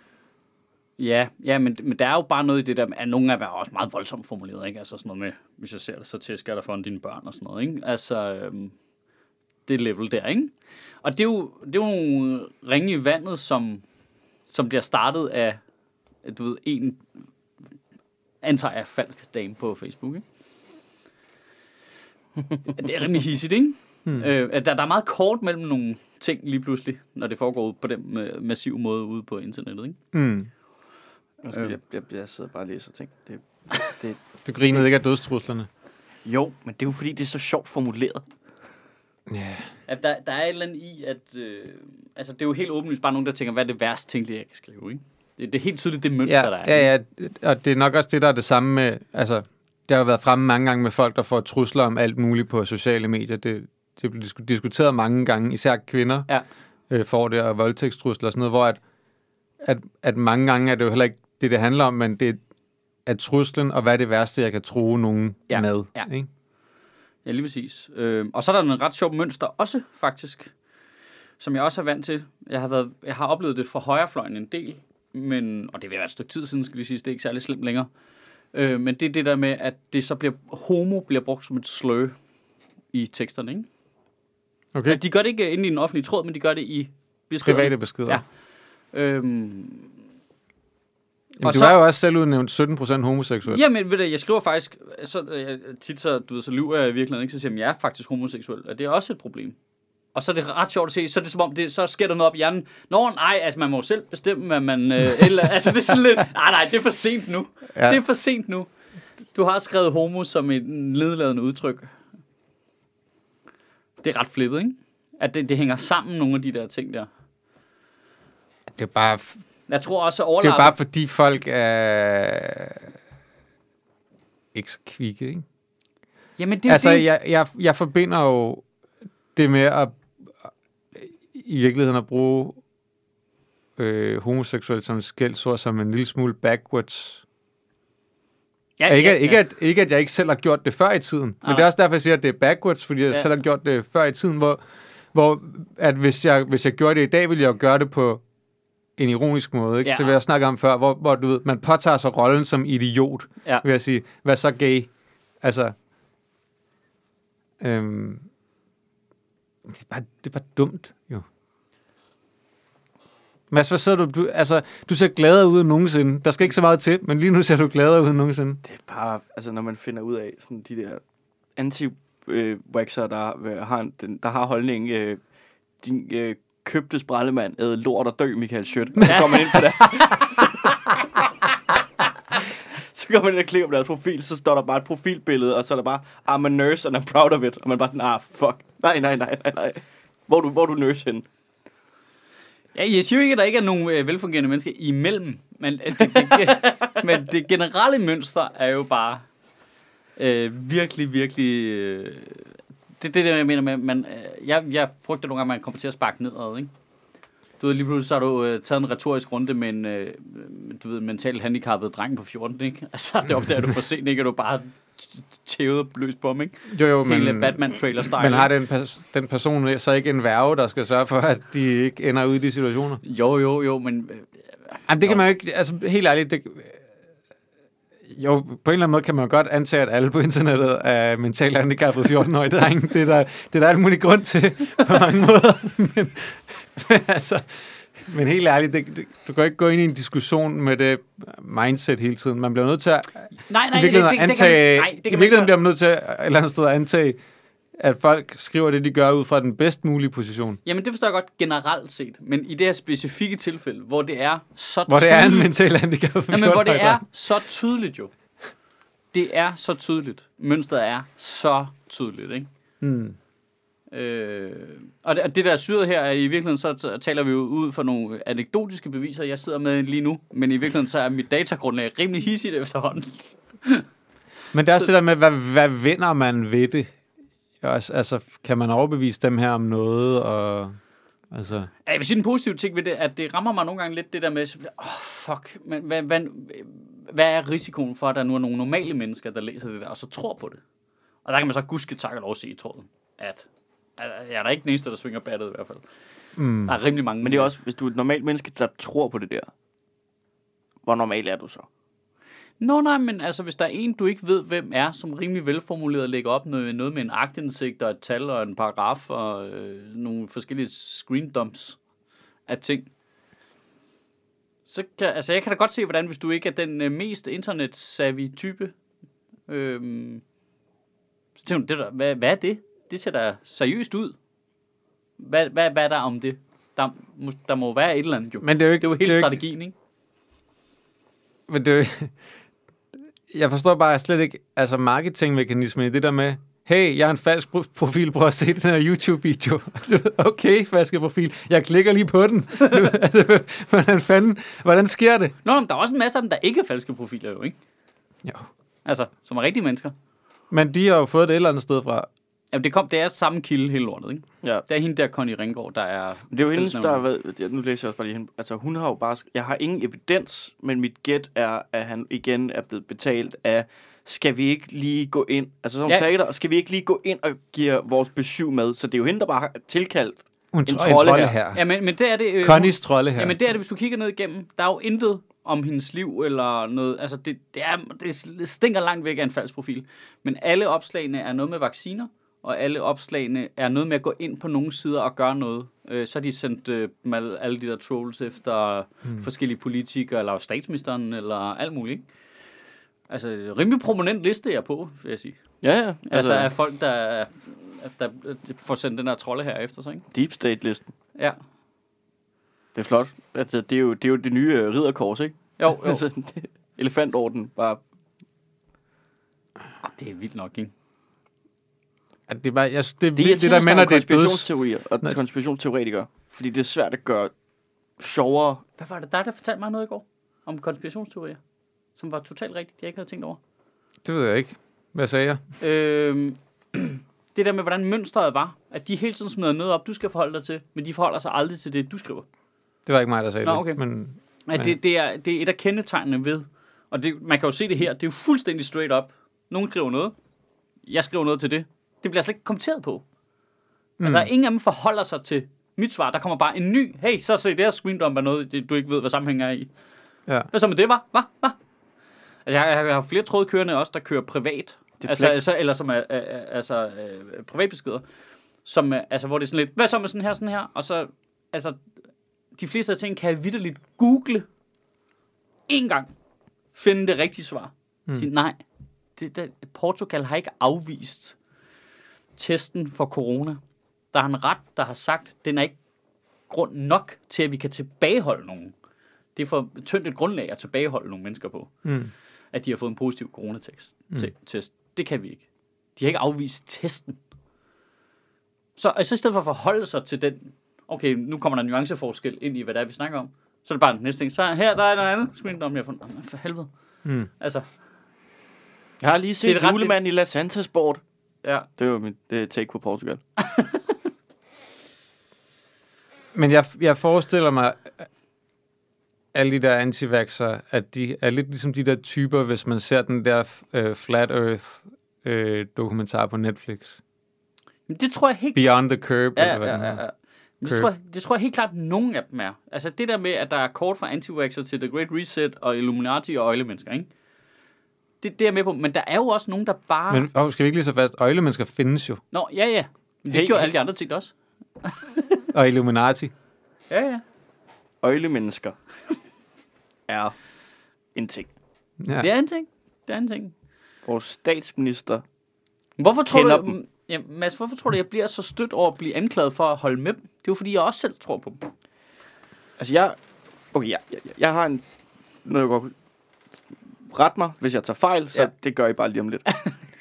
Ja, men der er jo bare noget i det der, at nogle af dem er også meget voldsomt formuleret, ikke? Altså sådan noget med, hvis jeg ser det, så tæsker der foran dine børn og sådan noget, ikke? Altså, det level der, ikke? Og det er jo nogle ringe i vandet, som bliver startet af, du ved, en antager jeg falsk dame på Facebook, ikke? Det er rimelig hissigt, ikke? Der er meget kort mellem nogle ting lige pludselig, når det foregår ud på den massive måde ude på internettet, ikke? Jeg sidder bare og læser ting. Du grinede ikke af dødstruslerne? Jo, men det er jo fordi, det er så sjovt formuleret. Ja. Der er et eller andet i, at altså, det er jo helt åbenlyst bare nogen, der tænker, hvad er det værste tænkelige, jeg kan skrive, ikke? Det er helt tydeligt det mønster, der er. Ja, og det er nok også det, der er det samme med, altså, det har jo været fremme mange gange med folk, der får trusler om alt muligt på sociale medier. Det bliver diskuteret mange gange, især kvinder får det, og voldtægtstrusler og sådan noget, hvor at mange gange er det jo heller ikke det handler om, men det er truslen, og hvad er det værste, jeg kan true nogen med. Ja. Ikke? Ja, lige præcis. Og så er der en ret sjov mønster også, faktisk, som jeg også er vant til. Jeg har oplevet det fra højrefløjen en del, og det vil være et stykke tid siden, skal vi sige, det er ikke særlig slemt længere. Men det er det der med, at det så homo bliver brugt som et slør i teksterne, ikke? Okay. Altså, de gør det ikke inde i den offentlige tråd, men de gør det i private beskeder. Ja. Men du er jo også selv udnævnt 17% homoseksuel. Jamen, ved du, jeg skriver faktisk, tit så lyver jeg i virkeligheden ikke, så siger jeg, jeg er faktisk homoseksuel, og det er også et problem. Og så er det ret sjovt at se, så er det som om, så sker der noget op i hjernen. Nå, nej, altså man må jo selv bestemme, hvad man... altså det er sådan lidt... Nej, det er for sent nu. Ja. Det er for sent nu. Du har skrevet homo som et nedladende udtryk. Det er ret flippet, ikke? At det hænger sammen, nogle af de der ting der. Det er bare... Jeg tror også, det er bare fordi folk er ikke så kvikke, ikke? Jamen det altså, jeg forbinder jo det med at i virkeligheden at bruge homoseksuel som skældsord som en lille smule backwards. Ikke at jeg ikke selv har gjort det før i tiden, men det er også derfor, jeg siger, at det er backwards, fordi jeg selv har gjort det før i tiden, hvor at hvis jeg gjorde det i dag, ville jeg jo gøre det på en ironisk måde, ikke? Til hvad jeg snakker om før, hvor du ved, man påtager sig rollen som idiot, vil jeg sige, hvad så gay? Altså, det er bare dumt, jo. Mads, hvad sidder du ser gladere ud end nogensinde. Der skal ikke så meget til, men lige nu ser du gladere ud end nogensinde. Det er bare, altså når man finder ud af sådan de der anti-waxer, der har holdning, din købte sprællemand æde lort og dø, Michael Schødt. Så går man ind på deres... så går man ind og klikker på deres profil, så står der bare et profilbillede, og så er der bare, I'm a nurse and I'm proud of it. Og man bare sådan, fuck. Nej. Hvor er du nurse henne? Ja, jeg siger jo ikke, at der ikke er nogen velfungerende mennesker imellem, men men det generelle mønster er jo bare virkelig, det er det, jeg mener med, jeg frygter nogle gange, at man kommer til at sparke nedad, ikke? Du ved, lige pludselig så har du taget en retorisk runde med en mentalt handicappet dreng på 14, ikke? Altså, det opdager du for sent, ikke? Og du bare tævet løs på ham, ikke? Jo, hele Batman-trailer-style. Men har den person så ikke en værge, der skal sørge for, at de ikke ender ude i de situationer? Jo, men... Jamen, det kan man jo ikke... Altså, helt ærligt, jo, på en eller anden måde kan man godt antage, at alle på internettet er mentalt handicappede 14-årige drenge. Det er der alt muligt grund til, på mange måder. Men helt ærligt, du kan ikke gå ind i en diskussion med det mindset hele tiden. Man bliver nødt til at... Nej, det kan bliver man nødt til at et eller andet sted at antage, at folk skriver det, de gør ud fra den bedst mulige position. Jamen, det forstår jeg godt generelt set. Men i det her specifikke tilfælde, hvor det er så tydeligt... Hvor det er en mental handicap. Jamen, hvor det er så tydeligt jo. Det er så tydeligt. Mønstret er så tydeligt, ikke? Og det der er syret her, er i virkeligheden, så taler vi jo ud for nogle anekdotiske beviser, jeg sidder med lige nu, men i virkeligheden så er mit datagrundlag rimelig hissigt efterhånden. Men det er også det der med, hvad vinder man ved det? Altså, kan man overbevise dem her om noget? Og, altså... Jeg vil sige den positive ting ved det, at det rammer mig nogle gange lidt det der med, fuck, men hvad er risikoen for, at der nu er nogle normale mennesker, der læser det der, og så tror på det? Og der kan man så gudske tak og lov se i tråden, at jeg er der ikke den eneste, der svinger battet i hvert fald. Der er rimelig mange. Men det er også, hvis du er et normalt menneske, der tror på det der, hvor normal er du så? Nej, men altså, hvis der er en, du ikke ved, hvem er, som rimelig velformuleret lægger op noget med en aktindsigt og et tal og en paragraf og nogle forskellige screendumps af ting, så jeg kan da godt se, hvordan hvis du ikke er den mest internet-savvy type, så tænker du, hvad er det? Det ser da seriøst ud. Hvad er der om det? Der må være et eller andet, jo. Men det er jo ikke, det er jo hele strategien, ikke? Men det er jo, jeg forstår bare slet ikke, altså marketingmekanismen i det der med, hey, jeg er en falsk profil, prøv at se den her YouTube-video. Okay, falsk profil. Jeg klikker lige på den. Altså, hvordan sker det? Nå, men der er også en masse af dem, der ikke er falske profiler jo, ikke? Jo. Altså, som er rigtige mennesker. Men de har jo fået det et eller andet sted fra. Jamen, det er samme kilde hele lortet, ikke? Ja. Det er hende der, Connie Ringgaard, der er... Det er jo hende, der har været... Nu læser jeg også bare lige hende. Altså, hun har jo bare... Jeg har ingen evidens, men mit gæt er, at han igen er blevet betalt af... Skal vi ikke lige gå ind... Altså, som taler, skal vi ikke lige gå ind og give vores besøg med? Så det er jo hende, der bare har tilkaldt en trolde her. Ja, men det er det... Connies trolde her. Ja, men det er det, hvis du kigger ned igennem. Der er jo intet om hendes liv eller noget. Altså, det stinker langt væk af en falsk profil. Men alle opslagene er noget med vacciner, og alle opslagene er noget med at gå ind på nogle sider og gøre noget. Så har de sendt alle de der trolls efter forskellige politikere, eller statsministeren, eller alt muligt, ikke? Altså, rimelig prominent liste jeg på, vil jeg sige. Ja. Altså, af folk, der får sendt den der trolde her efter sig, ikke? Deep State-listen. Ja. Det er flot. Altså, det er jo det nye ridderkors, ikke? Jo. Altså, elefantorden, bare... Det er vildt nok, ikke? Det er bare, det der mener, det er konspirationsteorier og konspirationsteoretikere. Fordi det er svært at gøre sjovere. Hvad var det, der fortalte mig noget i går? Om konspirationsteorier? Som var totalt rigtigt, jeg ikke havde tænkt over. Det ved jeg ikke. Hvad sagde jeg? Det der med, hvordan mønstret var. At de hele tiden smider noget op, du skal forholde dig til. Men de forholder sig aldrig til det, du skriver. Det var ikke mig, der sagde okay. det. Men det er et af kendetegnene ved. Og man kan jo se det her. Det er jo fuldstændig straight up. Nogen skriver noget. Jeg skriver noget til det. Det bliver slet ikke kommenteret på. Altså, ingen af dem forholder sig til mit svar. Der kommer bare en ny. Hey, så se det her screendump er noget, du ikke ved, hvad sammenhæng er i. Ja. Hvad så med det, var? Hvad? Altså, jeg har flere tråde kørende også, der kører privat. Eller som er privatbeskeder. Som altså, hvor det er sådan lidt, hvad så med sådan her? Og så, altså, de fleste af ting kan jeg vitterligt google en gang. Finde det rigtige svar. Sige, nej, Portugal har ikke afvist testen for corona. Der er en ret, der har sagt, den er ikke grund nok til, at vi kan tilbageholde nogen. Det er for tyndt et grundlag at tilbageholde nogle mennesker på. At de har fået en positiv coronatest. Det kan vi ikke. De har ikke afvist testen. Så i stedet for at forholde sig til den, okay, nu kommer der en nuanceforskel ind i, hvad det er, vi snakker om, så er det bare den næste ting. Så her, der er noget andet. Screen jeg for helvede. Altså. Jeg har lige set julemanden i La Santa Sport. Ja. Det var mit take på Portugal. Men jeg forestiller mig, alle de der anti-vaxxer, at de er lidt ligesom de der typer, hvis man ser den der Flat Earth dokumentar på Netflix. Men det tror jeg helt... Beyond the Curb. Ja. Det tror jeg helt klart, nogen af dem er. Altså det der med, at der er kort fra anti-vaxxer til The Great Reset og Illuminati og øjlemennesker, ikke? Det er jeg med på. Men der er jo også nogen, der bare... Men skal vi ikke lige så fast? Øjlemennesker findes jo. Nå, ja. Men det gjorde alle de andre ting også. Og Illuminati. Ja. Øjlemennesker er en ting. Ja. Det er en ting. Vores statsminister hvorfor tror kender du, dem. Ja, Mads, hvorfor tror du, jeg bliver så stødt over at blive anklaget for at holde med dem? Det er jo fordi, jeg også selv tror på dem. Altså jeg har noget, jeg godt ret mig, hvis jeg tager fejl, så det gør I bare lige om lidt.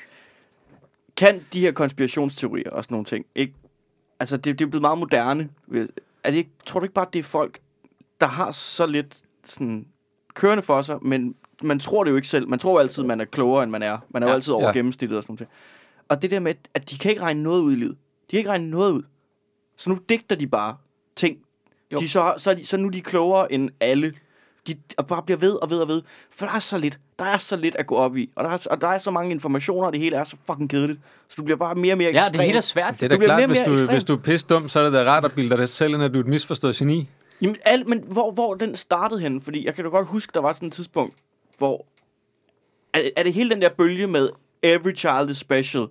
Kan de her konspirationsteorier og sådan nogle ting ikke... Altså, det er blevet meget moderne. Tror du ikke bare, det er folk, der har så lidt sådan, kørende for sig, men man tror det jo ikke selv. Man tror altid, man er klogere, end man er. Man er jo altid over gennemsnittet og sådan noget. Og det der med, at de kan ikke regne noget ud i livet. De kan ikke regne noget ud. Så nu digter de bare ting. Så nu er de klogere end alle. De bare bliver ved og ved. For der er så lidt. Der er så lidt at gå op i. Og der er så mange informationer, og det hele er så fucking kedeligt. Så du bliver bare mere og mere ekstrem. Ja, det hele er svært. Det er da klart, hvis du er pisse dum, så er det da rart at bilde dig selv, når du er et misforstået geni. Jamen, men hvor den startede hen? Fordi jeg kan da godt huske, der var sådan et tidspunkt, hvor... Er det hele den der bølge med Every Child is Special?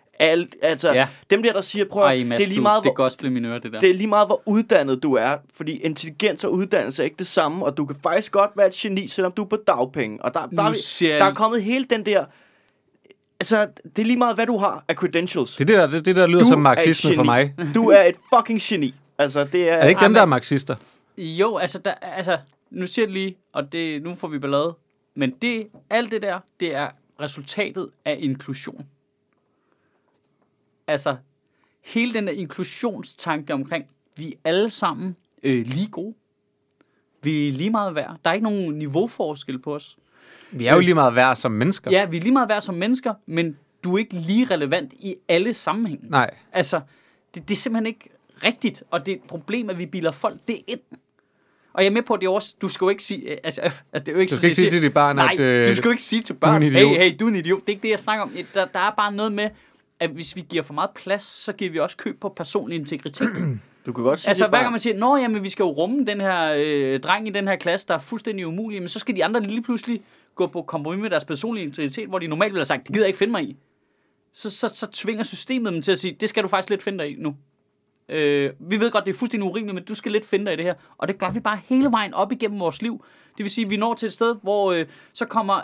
Dem der siger, prøv at... Det er lige meget, det gospel i mine ører, det der. Det er lige meget, hvor uddannet du er. Fordi intelligens og uddannelse er ikke det samme, og du kan faktisk godt være et geni, selvom du er på dagpenge. Og der er kommet hele den der... Altså, det er lige meget, hvad du har af credentials. Det der lyder som marxisme for mig. Du er et fucking geni. Altså, det er... Er det ikke dem, der er marxister? Jo, altså, nu siger det lige, og nu får vi ballade. Men alt det der, det er resultatet af inklusion. altså, hele den der inklusionstanke omkring, vi er alle sammen lige gode. Vi er lige meget værd. Der er ikke nogen niveauforskel på os. Vi er jo lige meget værd som mennesker. Ja, vi er lige meget værd som mennesker, men du er ikke lige relevant i alle sammenhænge. Nej. Altså, det er simpelthen ikke rigtigt, og det er et problem, at vi bilder folk det ind. Og jeg er med på, at det er også, du skal jo ikke sige, altså, at det er jo ikke du skal ikke sige til dit barn, nej, du skal jo ikke sige til børn, hey, du er en idiot. Det er ikke det, jeg snakker om. Der er bare noget med, at hvis vi giver for meget plads, så giver vi også køb på personlig integritet. Du kan godt sige altså, hver gang man siger, jamen, vi skal jo rumme den her dreng i den her klasse, der er fuldstændig umulig, men så skal de andre lige pludselig gå på kompromis med deres personlige integritet, hvor de normalt ville have sagt, det gider jeg ikke finde mig i. Så tvinger systemet dem til at sige, det skal du faktisk lidt finde dig i nu. Vi ved godt, det er fuldstændig urimeligt, men du skal lidt finde dig i det her. Og det gør vi bare hele vejen op igennem vores liv. Det vil sige, at vi når til et sted, hvor så kommer,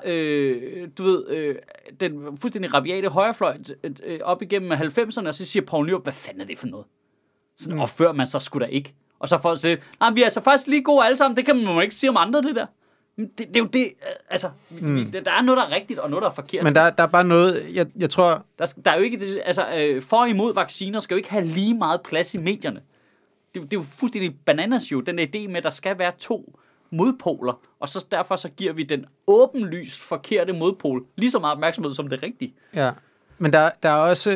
den fuldstændig rabiate højrefløj op igennem 90'erne, og så siger Poul Nyrup, hvad fanden er det for noget? Sådan opfører man så sgu da ikke. Og så folk siger, vi er altså faktisk lige gode alle sammen, det kan man jo ikke sige om andre, det der. Det er jo det, altså, der er noget, der er rigtigt, og noget, der er forkert. Men der er bare noget, jeg tror... Der er jo ikke, for og imod vacciner skal jo ikke have lige meget plads i medierne. Det er jo fuldstændig bananas jo, den idé med, at der skal være 2 modpoler, og så derfor så giver vi den åbenlyst forkerte modpol lige så meget opmærksomhed som det rigtige. Ja, men der er også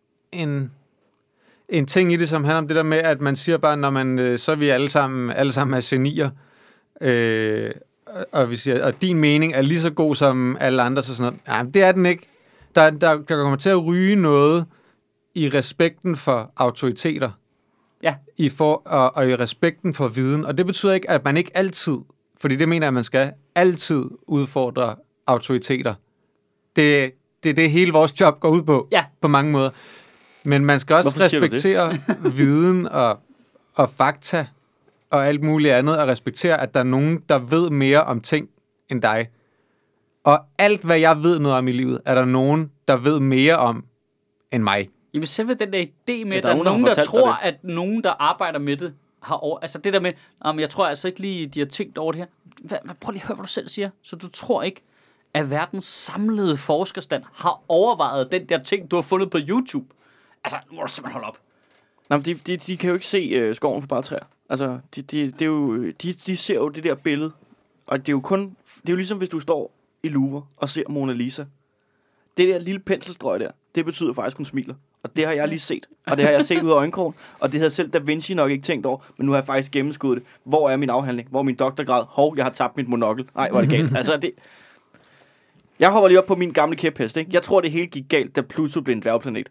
en ting i det, som handler om det der med, at man siger bare, når man, så er vi alle sammen er genier, og vi siger, og din mening er lige så god som alle andre, så sådan noget. Nej, det er den ikke. Der kommer til at ryge noget i respekten for autoriteter. Ja. Og i respekten for viden. Og det betyder ikke, at man ikke altid, fordi det mener jeg, at man skal altid udfordre autoriteter. Det er det, hele vores job går ud på, på mange måder. Men man skal også respektere viden og fakta og alt muligt andet, og respektere, at der er nogen, der ved mere om ting end dig. Og alt, hvad jeg ved noget om i livet, er der nogen, der ved mere om end mig. Jamen selve den der idé med, at der er nogen, der tror, at nogen, der arbejder med det, har over... Altså det der med, jeg tror altså ikke lige, de har tænkt over det her. Prøv lige at høre, hvad du selv siger. Så du tror ikke, at verdens samlede forskerstand har overvejet den der ting, du har fundet på YouTube? Altså, nu må du simpelthen holde op. Nej, men de kan jo ikke se skoven for bare træer. Altså, de ser jo det der billede, og det er jo ligesom, hvis du står i Louvre og ser Mona Lisa. Det der lille penselstrøg der, det betyder faktisk, hun smiler. Og det har jeg lige set. Og det har jeg set ud af øjenkrogen. Og det havde selv Da Vinci nok ikke tænkt over. Men nu har jeg faktisk gennemskuddet det. Hvor er min afhandling? Hvor er min doktorgrad? Jeg har tabt mit monokkel. Nej, hvor er det galt. Altså, det... Jeg hopper lige op på min gamle kæphest, ikke? Jeg tror, det hele gik galt, da Pluto blev en dværgplanet.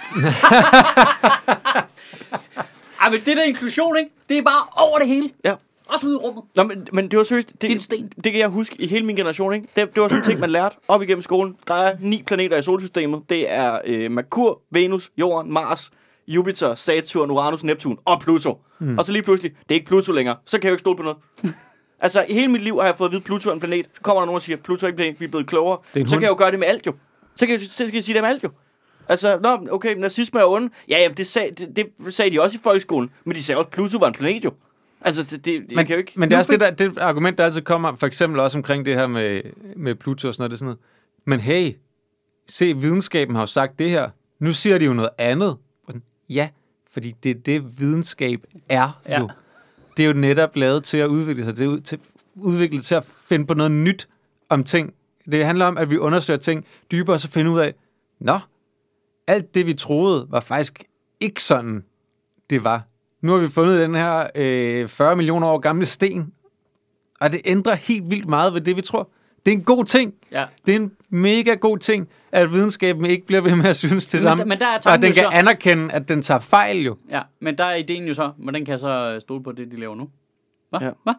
Men det der inklusion, ikke? Det er bare over det hele. Ja. Også ude i rummet. Nå, men det var seriøst. Det kan jeg huske i hele min generation, ikke? Det var sådan en ting, man lærte op igennem skolen. Der er 9 planeter i solsystemet. Det er Merkur, Venus, Jorden, Mars, Jupiter, Saturn, Uranus, Neptun og Pluto. Og så lige pludselig, det er ikke Pluto længere. Så kan jeg jo ikke stole på noget. Altså, i hele mit liv har jeg fået at vide, at Pluto er en planet. Så kommer der nogen og siger, at Pluto er ikke en planet, vi er blevet klogere. Så kan jeg jo gøre det med alt jo. Så kan jeg sige det med alt jo. Altså, okay, nazisme er onde. Ja, det sagde de også i folkeskolen. Men de sagde også, at Pluto var en planet jo. Altså, det kan jo ikke... Men det er også det argument, der altid kommer, for eksempel også omkring det her med Pluto og sådan noget, det er sådan noget. Men hey, se, videnskaben har jo sagt det her. Nu siger de jo noget andet. Ja, fordi det er det, videnskab er jo. Det er jo netop lavet til at udvikle sig. Det er udviklet til at finde på noget nyt om ting. Det handler om, at vi undersøger ting dybere, og så finder ud af, alt det, vi troede, var faktisk ikke sådan, det var. Nu har vi fundet den her 40 millioner år gamle sten, og det ændrer helt vildt meget ved det, vi tror. Det er en god ting. Ja. Det er en mega god ting, at videnskaben ikke bliver ved med at synes det samme. Men der er og den kan anerkende, at den tager fejl jo. Ja, men der er ideen jo så, hvordan kan jeg så stole på det, de laver nu? Hvad?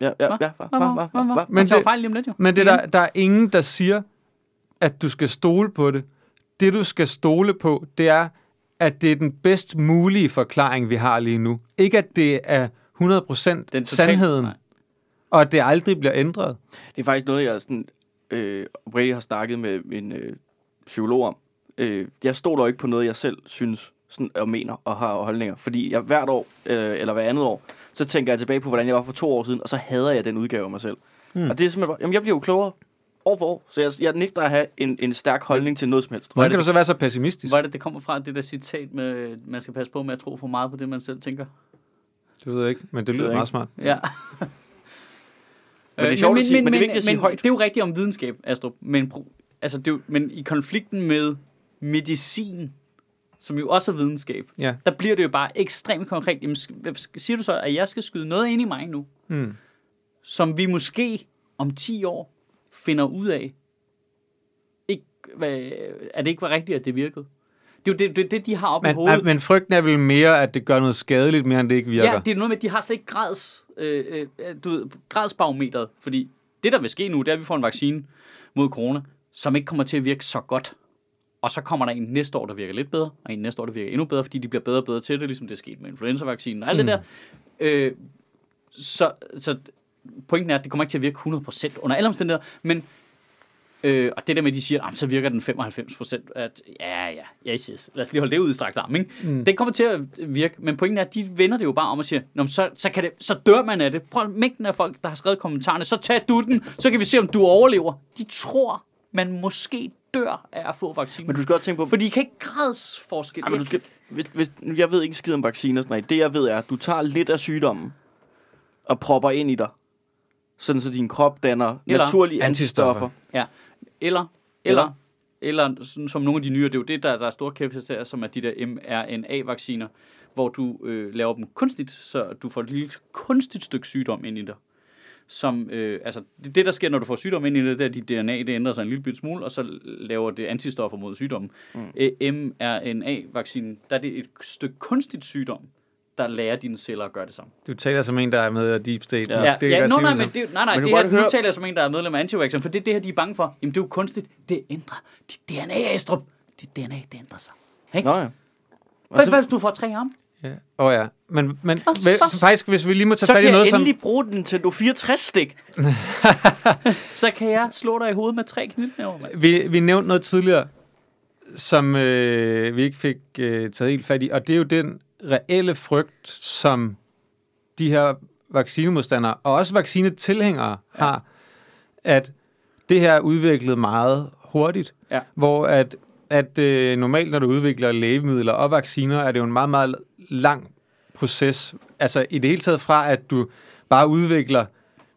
Men tager fejl lige om lidt jo. Men der er ingen, der siger, at du skal stole på det. Det, du skal stole på, det er, at det er den bedst mulige forklaring, vi har lige nu. Ikke, at det er 100% sandheden, og at det aldrig bliver ændret. Det er faktisk noget, jeg sådan, har snakket med min psykolog om. Jeg stoler ikke på noget, jeg selv synes sådan, og mener og har holdninger. Fordi jeg hvert år, eller hver andet år, så tænker jeg tilbage på, hvordan jeg var for 2 år siden, og så hader jeg den udgave af mig selv. Og det er simpelthen, jeg bliver jo klogere. år for år. Så jeg nægter at have en stærk holdning til noget som helst. Hvordan kan du så være så pessimistisk? Hvor er det kommer fra, det der citat med, man skal passe på med at tro for meget på det, man selv tænker? Det ved jeg ikke, men det lyder meget smart. Ja. Men det er sjovt at sige, men det er vigtigt at sige højt. Det er jo rigtigt om videnskab, Astrup. Men i konflikten med medicin, som jo også er videnskab, der bliver det jo bare ekstremt konkret. Jamen, siger du så, at jeg skal skyde noget ind i mig nu, som vi måske om 10 år finder ud af, at det ikke var rigtigt, at det virkede? Det er jo det, de har oppe i hovedet. Men frygten er vel mere, at det gør noget skadeligt, mere end det ikke virker? Ja, det er noget med, at de har slet ikke gradsbarometeret, fordi det, der vil ske nu, det er, at vi får en vaccine mod corona, som ikke kommer til at virke så godt. Og så kommer der en næste år, der virker lidt bedre, og en næste år, der virker endnu bedre, fordi de bliver bedre og bedre til det, ligesom det er sket med influenza-vaccinen og alt det der. Så pointen er, at det kommer ikke til at virke 100% under alle omstændigheder, men og det der med, at de siger, så virker den 95%, at yes, lad os lige holde det ud i strakt arm, ikke? Det kommer til at virke, men pointen er, at de vender det jo bare om og siger, så dør man af det. Prøv mængden af folk, der har skrevet kommentarerne, så tag du den, så kan vi se, om du overlever. De tror, man måske dør af at få vaccinen. Men du skal godt tænke på... For de kan ikke gradsforskelle. Jeg ved ikke skid om vacciner og sådan noget. Det jeg ved er, at du tager lidt af sygdommen og propper ind i dig, sådan så din krop danner naturlige antistoffer. Ja. Eller sådan, som nogle af de nye, det er jo det, der er store kæmpesteder, som er de der mRNA-vacciner, hvor du laver dem kunstigt, så du får et lille kunstigt stykke sygdom ind i dig. Som, det der sker, når du får sygdom ind i det, der dit DNA, det ændrer sig en lille bitte smule, og så laver det antistoffer mod sygdommen. mRNA-vaccinen, der er det et stykke kunstigt sygdom, der lærer dine celler at gøre det samme. Du taler som en, der er med af Deep State. Nu taler jeg som en, der er medlem af anti-vaccine, for det her, de er bange for. Jamen, det er jo kunstigt. Det ændrer dit DNA, Astrup. Dit DNA, det ændrer sig. Ikke? Nå ja. Hvad hvis du får 3 arme? Ja. Men faktisk, hvis vi lige må tage fat i noget som... Så kan jeg endelig bruge den til 64-stik. Så kan jeg slå dig i hovedet med 3 knytnæver. Vi nævnte noget tidligere, som vi ikke fik taget helt fat i, og det er jo den reelle frygt, som de her vaccinemodstandere, og også vaccinetilhængere har, at det her er udviklet meget hurtigt, hvor at normalt, når du udvikler lægemidler og vacciner, er det jo en meget, meget lang proces. Altså i det hele taget fra, at du bare udvikler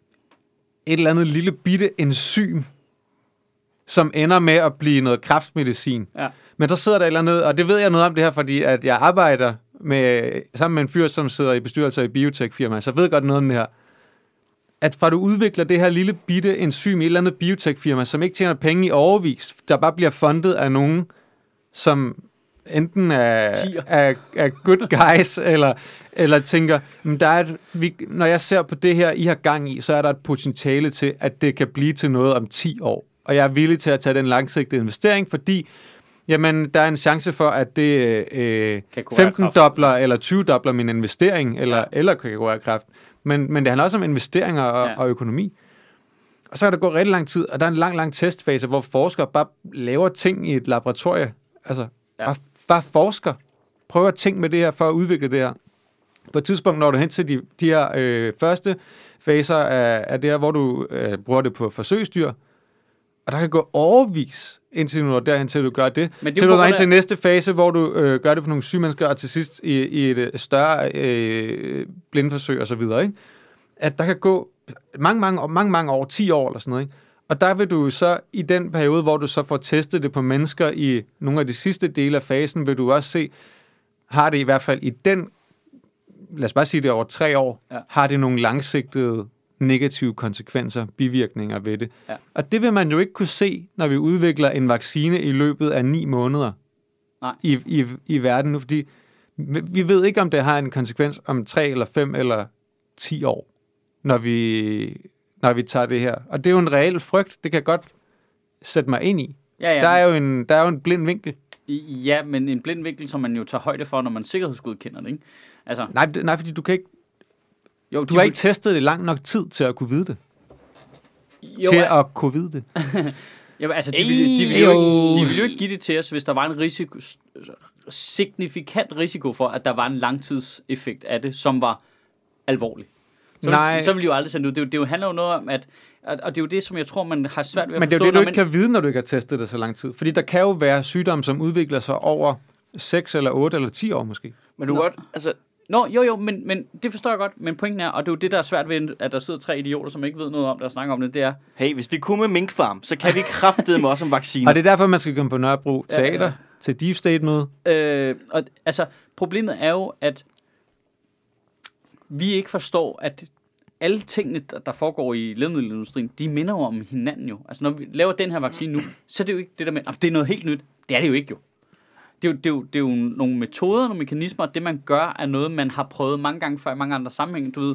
et eller andet lille bitte enzym, som ender med at blive noget kræftmedicin. Ja. Men der sidder der et eller andet, og det ved jeg noget om det her, fordi at jeg arbejder sammen med en fyr, som sidder i bestyrelser i biotech-firma, så jeg ved godt noget om det her. At fra du udvikler det her lille bitte enzym i et eller andet biotech-firma, som ikke tjener penge i overvis, der bare bliver fundet af nogen, som enten er good guys, eller tænker, men når jeg ser på det her, I har gang i, så er der et potentiale til, at det kan blive til noget om 10 år. Og jeg er villig til at tage den langsigtede investering, fordi jamen, der er en chance for, at det 15-dobler eller 20-dobler min investering, eller kan gå af kraft. Men det handler også om investeringer og økonomi. Og så kan der gå rigtig lang tid, og der er en lang testfase, hvor forskere bare laver ting i et laboratorie. Altså, bare forsker. Prøver at tænke med det her, for at udvikle det her. På et tidspunkt når du hen til de her første faser af det her, hvor du bruger det på forsøgsdyr, og der kan gå overvis, indtil du når derhen, til du gør det. Til du når hen til næste fase, hvor du gør det på nogle syge mennesker, og til sidst i et større blindforsøg og så videre, ikke? At der kan gå mange år, 10 år eller sådan noget, ikke? Og der vil du så, i den periode, hvor du så får testet det på mennesker i nogle af de sidste dele af fasen, vil du også se, har det i hvert fald i den, lad os bare sige det over 3 år, har det nogle langsigtede negative konsekvenser, bivirkninger ved det. Ja. Og det vil man jo ikke kunne se, når vi udvikler en vaccine i løbet af 9 måneder i verden nu, fordi vi ved ikke, om det har en konsekvens om 3 eller 5 eller 10 år, når vi tager det her. Og det er jo en reel frygt, det kan godt sætte mig ind i. Ja. Der er jo en blind vinkel. Ja, men en blind vinkel, som man jo tager højde for, når man sikkerhedsgodkender det, ikke? Altså... Nej, fordi du kan ikke... Jo, du har ikke testet det lang nok tid til at kunne vide det. At kunne vide det. Jamen, altså, de ville jo ikke give det til os, hvis der var en signifikant risiko for, at der var en langtidseffekt af det, som var alvorlig. Så vil de jo aldrig sende ud. Det handler jo noget om, at og det er jo det, som jeg tror, man har svært ved at forstå. Men det er jo det, du ikke kan vide, når du ikke har testet det så lang tid. Fordi der kan jo være sygdomme, som udvikler sig over 6 eller 8 eller 10 år måske. Men du godt, altså... Men det forstår jeg godt. Men pointen er, og det er jo det, der er svært ved, at der sidder 3 idioter, som ikke ved noget om, der snakker om det, det er... Hey, hvis vi kunne med minkfarm, så kan vi kraftedeme også om vacciner. Og det er derfor, man skal komme på Nørrebro Teater til Deep State-møde. Og altså, problemet er jo, at vi ikke forstår, at alle tingene, der foregår i lægemiddelindustrien, de minder jo om hinanden jo. Altså, når vi laver den her vaccine nu, så er det jo ikke det der med, det er noget helt nyt. Det er det jo ikke jo. Det er jo nogle metoder, nogle mekanismer, og det man gør, er noget, man har prøvet mange gange før i mange andre sammenhænge. Du ved,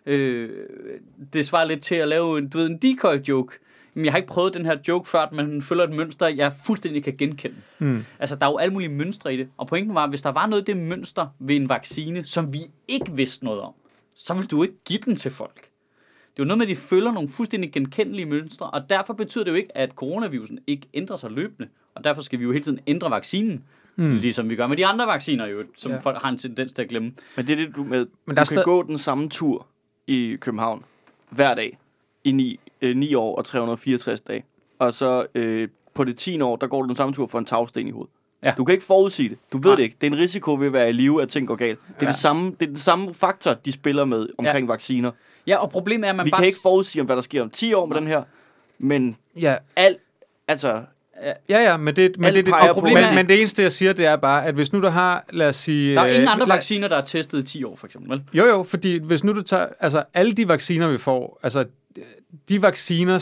det svarer lidt til at lave en decoy-joke. Men jeg har ikke prøvet den her joke før, at man følger et mønster, jeg fuldstændig kan genkende. Altså, der er jo alle mulige mønstre i det. Og pointen var, hvis der var noget af det mønster ved en vaccine, som vi ikke vidste noget om, så vil du ikke give den til folk. Det er jo noget med, at de følger nogle fuldstændig genkendelige mønstre, og derfor betyder det jo ikke, at coronavirusen ikke ændrer sig løbende. Og derfor skal vi jo hele tiden ændre vaccinen, ligesom vi gør med de andre vacciner jo, som folk har en tendens til at glemme. Men det er det, du kan gå den samme tur i København hver dag i 9 år og 364 dage. Og så på det 10. år, der går du den samme tur for en tagsten i hovedet. Ja. Du kan ikke forudsige det. Du ved det ikke. Det er en risiko ved at være i live, at ting går galt. Det er det samme faktor, de spiller med omkring vacciner. Ja, og problemet er, at man vi kan ikke forudsige, hvad der sker om 10 år med den her, men alt, altså... Ja, men det eneste, jeg siger, det er bare, at hvis nu du har, lad os sige... Der er ingen andre vacciner, der er testet i 10 år, for eksempel, vel? Jo, fordi hvis nu du tager... Altså, alle de vacciner, vi får, altså, de vacciner,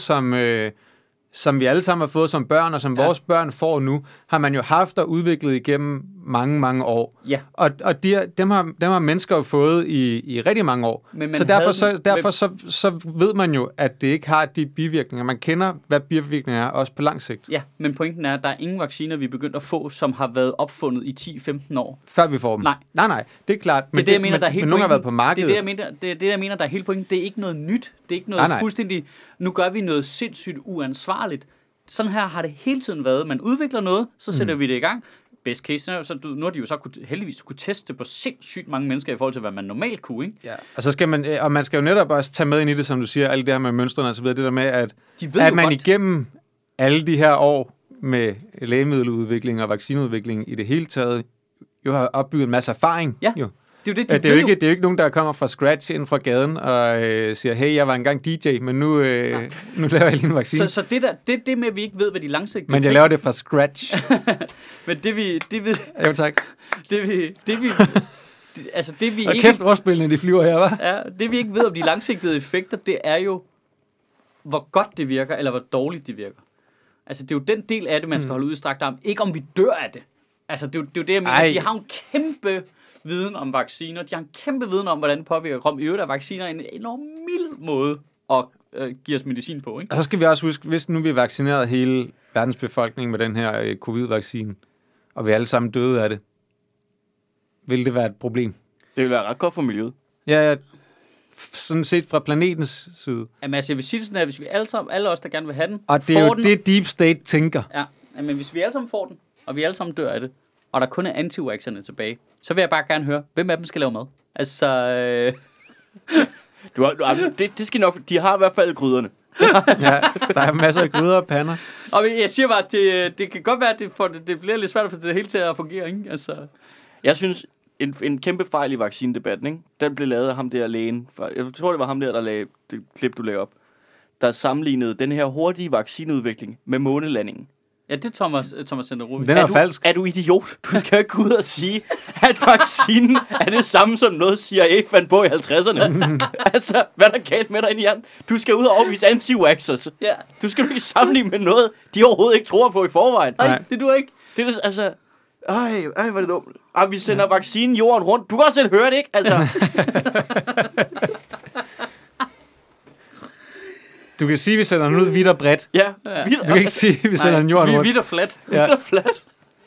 som vi alle sammen har fået som børn, og som vores børn får nu, har man jo haft og udviklet igennem mange, mange år. Ja. Og dem har mennesker jo fået i rigtig mange år. Så derfor så ved man jo, at det ikke har de bivirkninger. Man kender, hvad bivirkninger er, også på lang sigt. Ja, men pointen er, at der er ingen vacciner, vi er begyndt at få, som har været opfundet i 10-15 år. Før vi får dem? Nej, det er klart. Men det, jeg mener, der er men nogen har været på markedet. Det er det, jeg mener, der er hele pointen. Det er ikke noget nyt. Det er ikke noget fuldstændig... Nu gør vi noget sindssygt uansvarligt. Sådan her har det hele tiden været. Man udvikler noget, så sætter vi det i gang. Best case scenario, så nu har de jo så heldigvis kunne teste på sindssygt mange mennesker i forhold til, hvad man normalt kunne, ikke? Ja, og så skal man skal jo netop også tage med ind i det, som du siger, alle det her med mønstrene og så videre, det der med, at man igennem alle de her år med lægemiddeludvikling og vaccineudvikling i det hele taget, jo har opbygget en masse erfaring. Ja. Jo. Det er jo ikke nogen, der kommer fra scratch ind fra gaden og siger, hey, jeg var engang DJ, men nu laver jeg lige en vaccine. Så det med, at vi ikke ved, hvad de langsigtede... Men jeg laver det fra scratch. Men det vi... Jo, tak. Altså det vi og ikke... kæft, ordspillene, de flyver her, hva'? Ja, det vi ikke ved om de langsigtede effekter, det er jo, hvor godt det virker, eller hvor dårligt det virker. Altså det er jo den del af det, man skal holde ud i strakt arm. Ikke om vi dør af det. Altså det er jo det, jeg mener. De har en kæmpe... viden om vacciner. De har en kæmpe viden om, hvordan det påvirker kroppen. I øvrigt er vacciner en enorm mild måde at give os medicin på, ikke? Og så skal vi også huske, hvis nu vi vaccineret hele verdens befolkning med den her covid-vaccine, og vi alle sammen døde af det, vil det være et problem? Det vil være ret godt for miljøet. Ja, sådan set fra planetens side. Jamen altså, jeg vil sige sådan, at hvis vi alle os, der gerne vil have den, og det er jo det, Deep State tænker. Ja, men hvis vi alle sammen får den, og vi alle sammen dør af det, og der kun er anti-vaxxerne tilbage, så vil jeg bare gerne høre, hvem af dem skal lave mad? Altså... Det skal nok... De har i hvert fald gryderne. Ja, der er masser af gryder og pander. Og jeg siger bare, at det kan godt være, at det bliver lidt svært at få det hele til at fungere, ikke? Altså... Jeg synes, en kæmpe fejl i vaccinedebatten, ikke? Den blev lavet af ham der lægen. Jeg tror, det var ham der lavede det klip, du lagde op. Der sammenlignede den her hurtige vaccineudvikling med månelandingen. Ja, det er Thomas Senderup. Den er falsk. Er du idiot? Du skal ikke gå ud og sige, at vaccinen er det samme som noget CIA fandt på i 50'erne. Altså, hvad er der galt med dig ind i hjernen? Du skal ud og overvise anti-vaxxers. Ja. Du skal ikke sammenligne med noget, de overhovedet ikke tror på i forvejen. Nej, det duer ikke. Det er altså... Ej, hvor er det dumt. Vi sender vaccinen jorden rundt. Du kan også selv høre det, ikke? Altså... Du kan sige, at vi sender den ud vidt og bredt. Ja, vidt og... Du kan ikke sige, at vi sender den jorden rundt. Vidt og flat. Ja. Vidt og flat.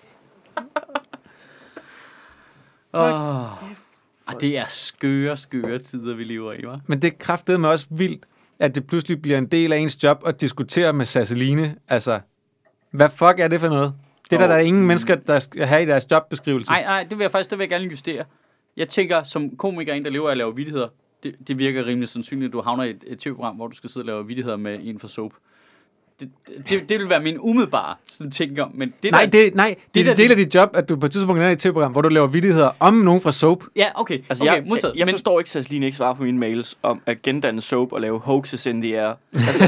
Det er skøre tider, vi lever i, hva'? Men det er kraftedeme også vildt, at det pludselig bliver en del af ens job at diskutere med Sasseline. Altså, hvad fuck er det for noget? Det der er ingen mennesker, der skal have i deres jobbeskrivelse. Nej, det vil jeg gerne justere. Jeg tænker, som komiker, en der lever af at lave vittigheder, det virker rimelig sandsynligt, at du havner i et tv-program, hvor du skal sidde og lave vittigheder med en for soap. Det vil være min umiddelbare sådan tænker, men det nej, det er en del af dit job, at du på et tidspunkt er i et tv-program, hvor du laver vittigheder om nogen fra soap. Ja, okay. Altså, okay, jeg forstår ikke, at Line ikke svarer på mine mails om at gendanne soap og lave hoaxes in the air. Altså,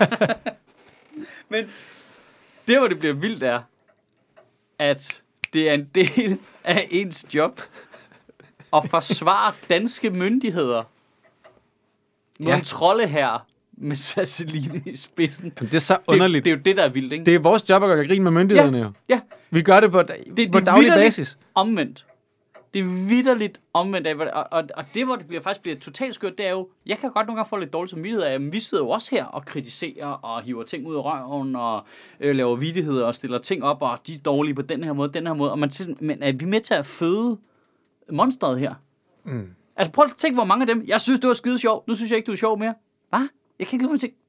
men det, hvor det bliver vildt, er, at det er en del af ens job at forsvare danske myndigheder mod en trolde her med Sasseline i spidsen. Jamen, det er så underligt. Det er jo det, der er vildt, ikke? Det er vores job at gøre grin med myndighederne jo. Ja. Vi gør det på daglig basis. Omvendt. Det er vitterligt omvendt af, og det, hvor det faktisk bliver totalt skørt, det er jo, jeg kan godt nogle gange få lidt dårlig samvittighed af, at vi sidder jo også her og kritiserer og hiver ting ud af røven og laver vittigheder og stiller ting op, og de er dårlige på den her måde, og men er vi med til at føde monsteret her? Mm. Altså prøv at tænke, hvor mange af dem, jeg synes, det var skide sjov, nu synes jeg ikke, du er sjov mere. Hvad? Jeg kan ikke lade mig tænke,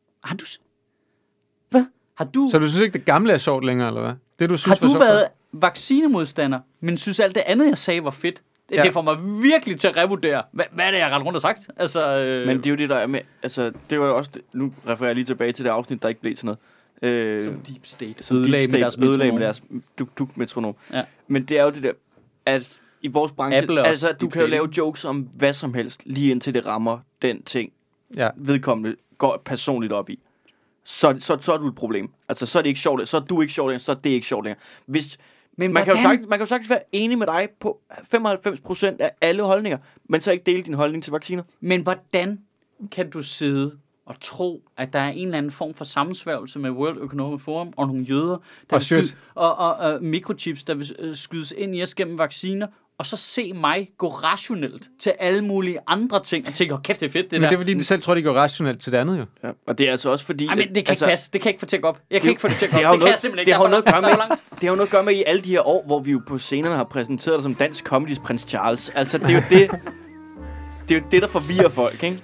har du... Så du synes ikke, det gamle er sjovt længere, eller hvad? Det, du synes, har du været vaccinemodstander, men synes alt det andet, jeg sagde, var fedt? Det får mig virkelig til at revurdere. Hvad er det, jeg ret rundt har sagt? Altså, Men det er jo det, der er med... Altså, det var jo også... Nu refererer jeg lige tilbage til det afsnit, der ikke blev til noget. Som Deep State. Som Deep State ødelagde med deres duk-metronom. Ja. Men det er jo det der, at i vores branche... Altså, du kan jo lave jokes om hvad som helst, lige indtil det rammer den ting, vedkommende går personligt op i. Så er du et problem. Altså, så er det ikke sjovt. Så er du ikke sjovt længere, så er det ikke sjovt længere. Man kan jo sagtens være enig med dig på 95% af alle holdninger, men så ikke dele din holdning til vacciner. Men hvordan kan du sidde og tro, at der er en eller anden form for sammensværgelse med World Economic Forum og nogle jøder, der og mikrochips, der vil skydes ind i os gennem vacciner, og så se mig gå rationelt til alle mulige andre ting, og tænke, kæft, det er fedt, det men der. Men det er, fordi de selv tror, de går rationelt til det andet, jo. Ja, og det er altså også fordi... Ej, men det kan ikke passe. Det kan ikke få til at gå op. Jeg kan ikke få det til at gå op. Det kan jeg simpelthen ikke. Det har jo noget at gøre med i alle de her år, hvor vi jo på scenerne har præsenteret dig som dansk comedys prins Charles. Altså, det er jo det... det er jo det, der forvirrer folk, ikke?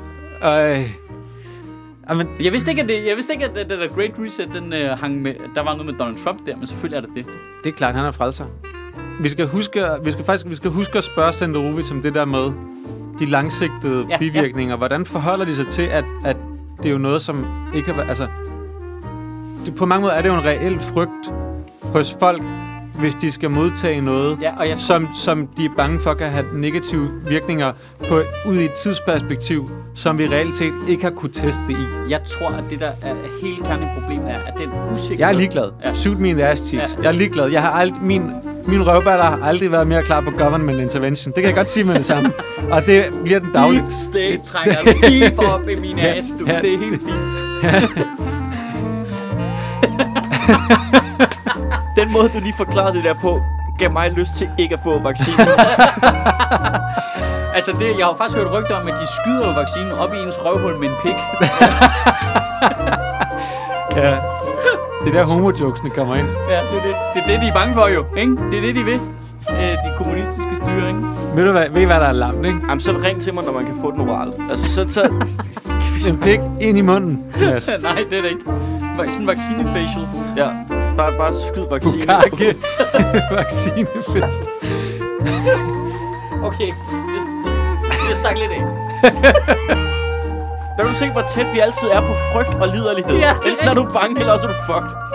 Men jeg vidste ikke, at det der Great Reset, den hang med... Der var noget med Donald Trump der, men selvfølgelig er det. Det er klart, han er frelser. Vi skal huske at spørge Senderovic om det der med de langsigtede bivirkninger. Ja. Hvordan forholder de sig til, at det er jo noget, som ikke har været... Altså, på mange måder er det jo en reel frygt hos folk, hvis de skal modtage noget, som de er bange for kan have negative virkninger ud i et tidsperspektiv, som vi reelt set ikke har kunne teste det i. Jeg tror, at det der er helt kernen problem er, at den usikkerhed... Jeg er ligeglad. Ja. Shoot me in the ass cheeks. Ja. Jeg er ligeglad. Jeg har min røvballer har aldrig været mere klar på government intervention. Det kan jeg godt sige med det samme. Og det bliver den daglige. Deep state trænger lige op i min ass, du. Ja. Det er helt fint. Den måde, du lige forklarede det der på, gav mig lyst til ikke at få vaccinen. Altså, jeg har faktisk hørt rygter om, at de skyder vaccinen op i ens røvhul med en pik. Ja. Det er der homo-jokesene kommer ind. Ja, det er det, de er bange for jo, ikke? Det er det, de vil. De kommunistiske styre, ikke? Ved I hvad der er lamt, ikke? Jamen, så ring til mig, når man kan få den oralt. Altså, så... En pik ind i munden. Yes. Nej, det er det ikke. Sådan en vaccinefacial. Ja, bare skyd vaccine. Bukake. Vaccinefest. Okay, det stak lidt af. Der kan du se, hvor tæt vi altid er på frygt og liderlighed. Ja, enten er du bange, eller også er du fucked.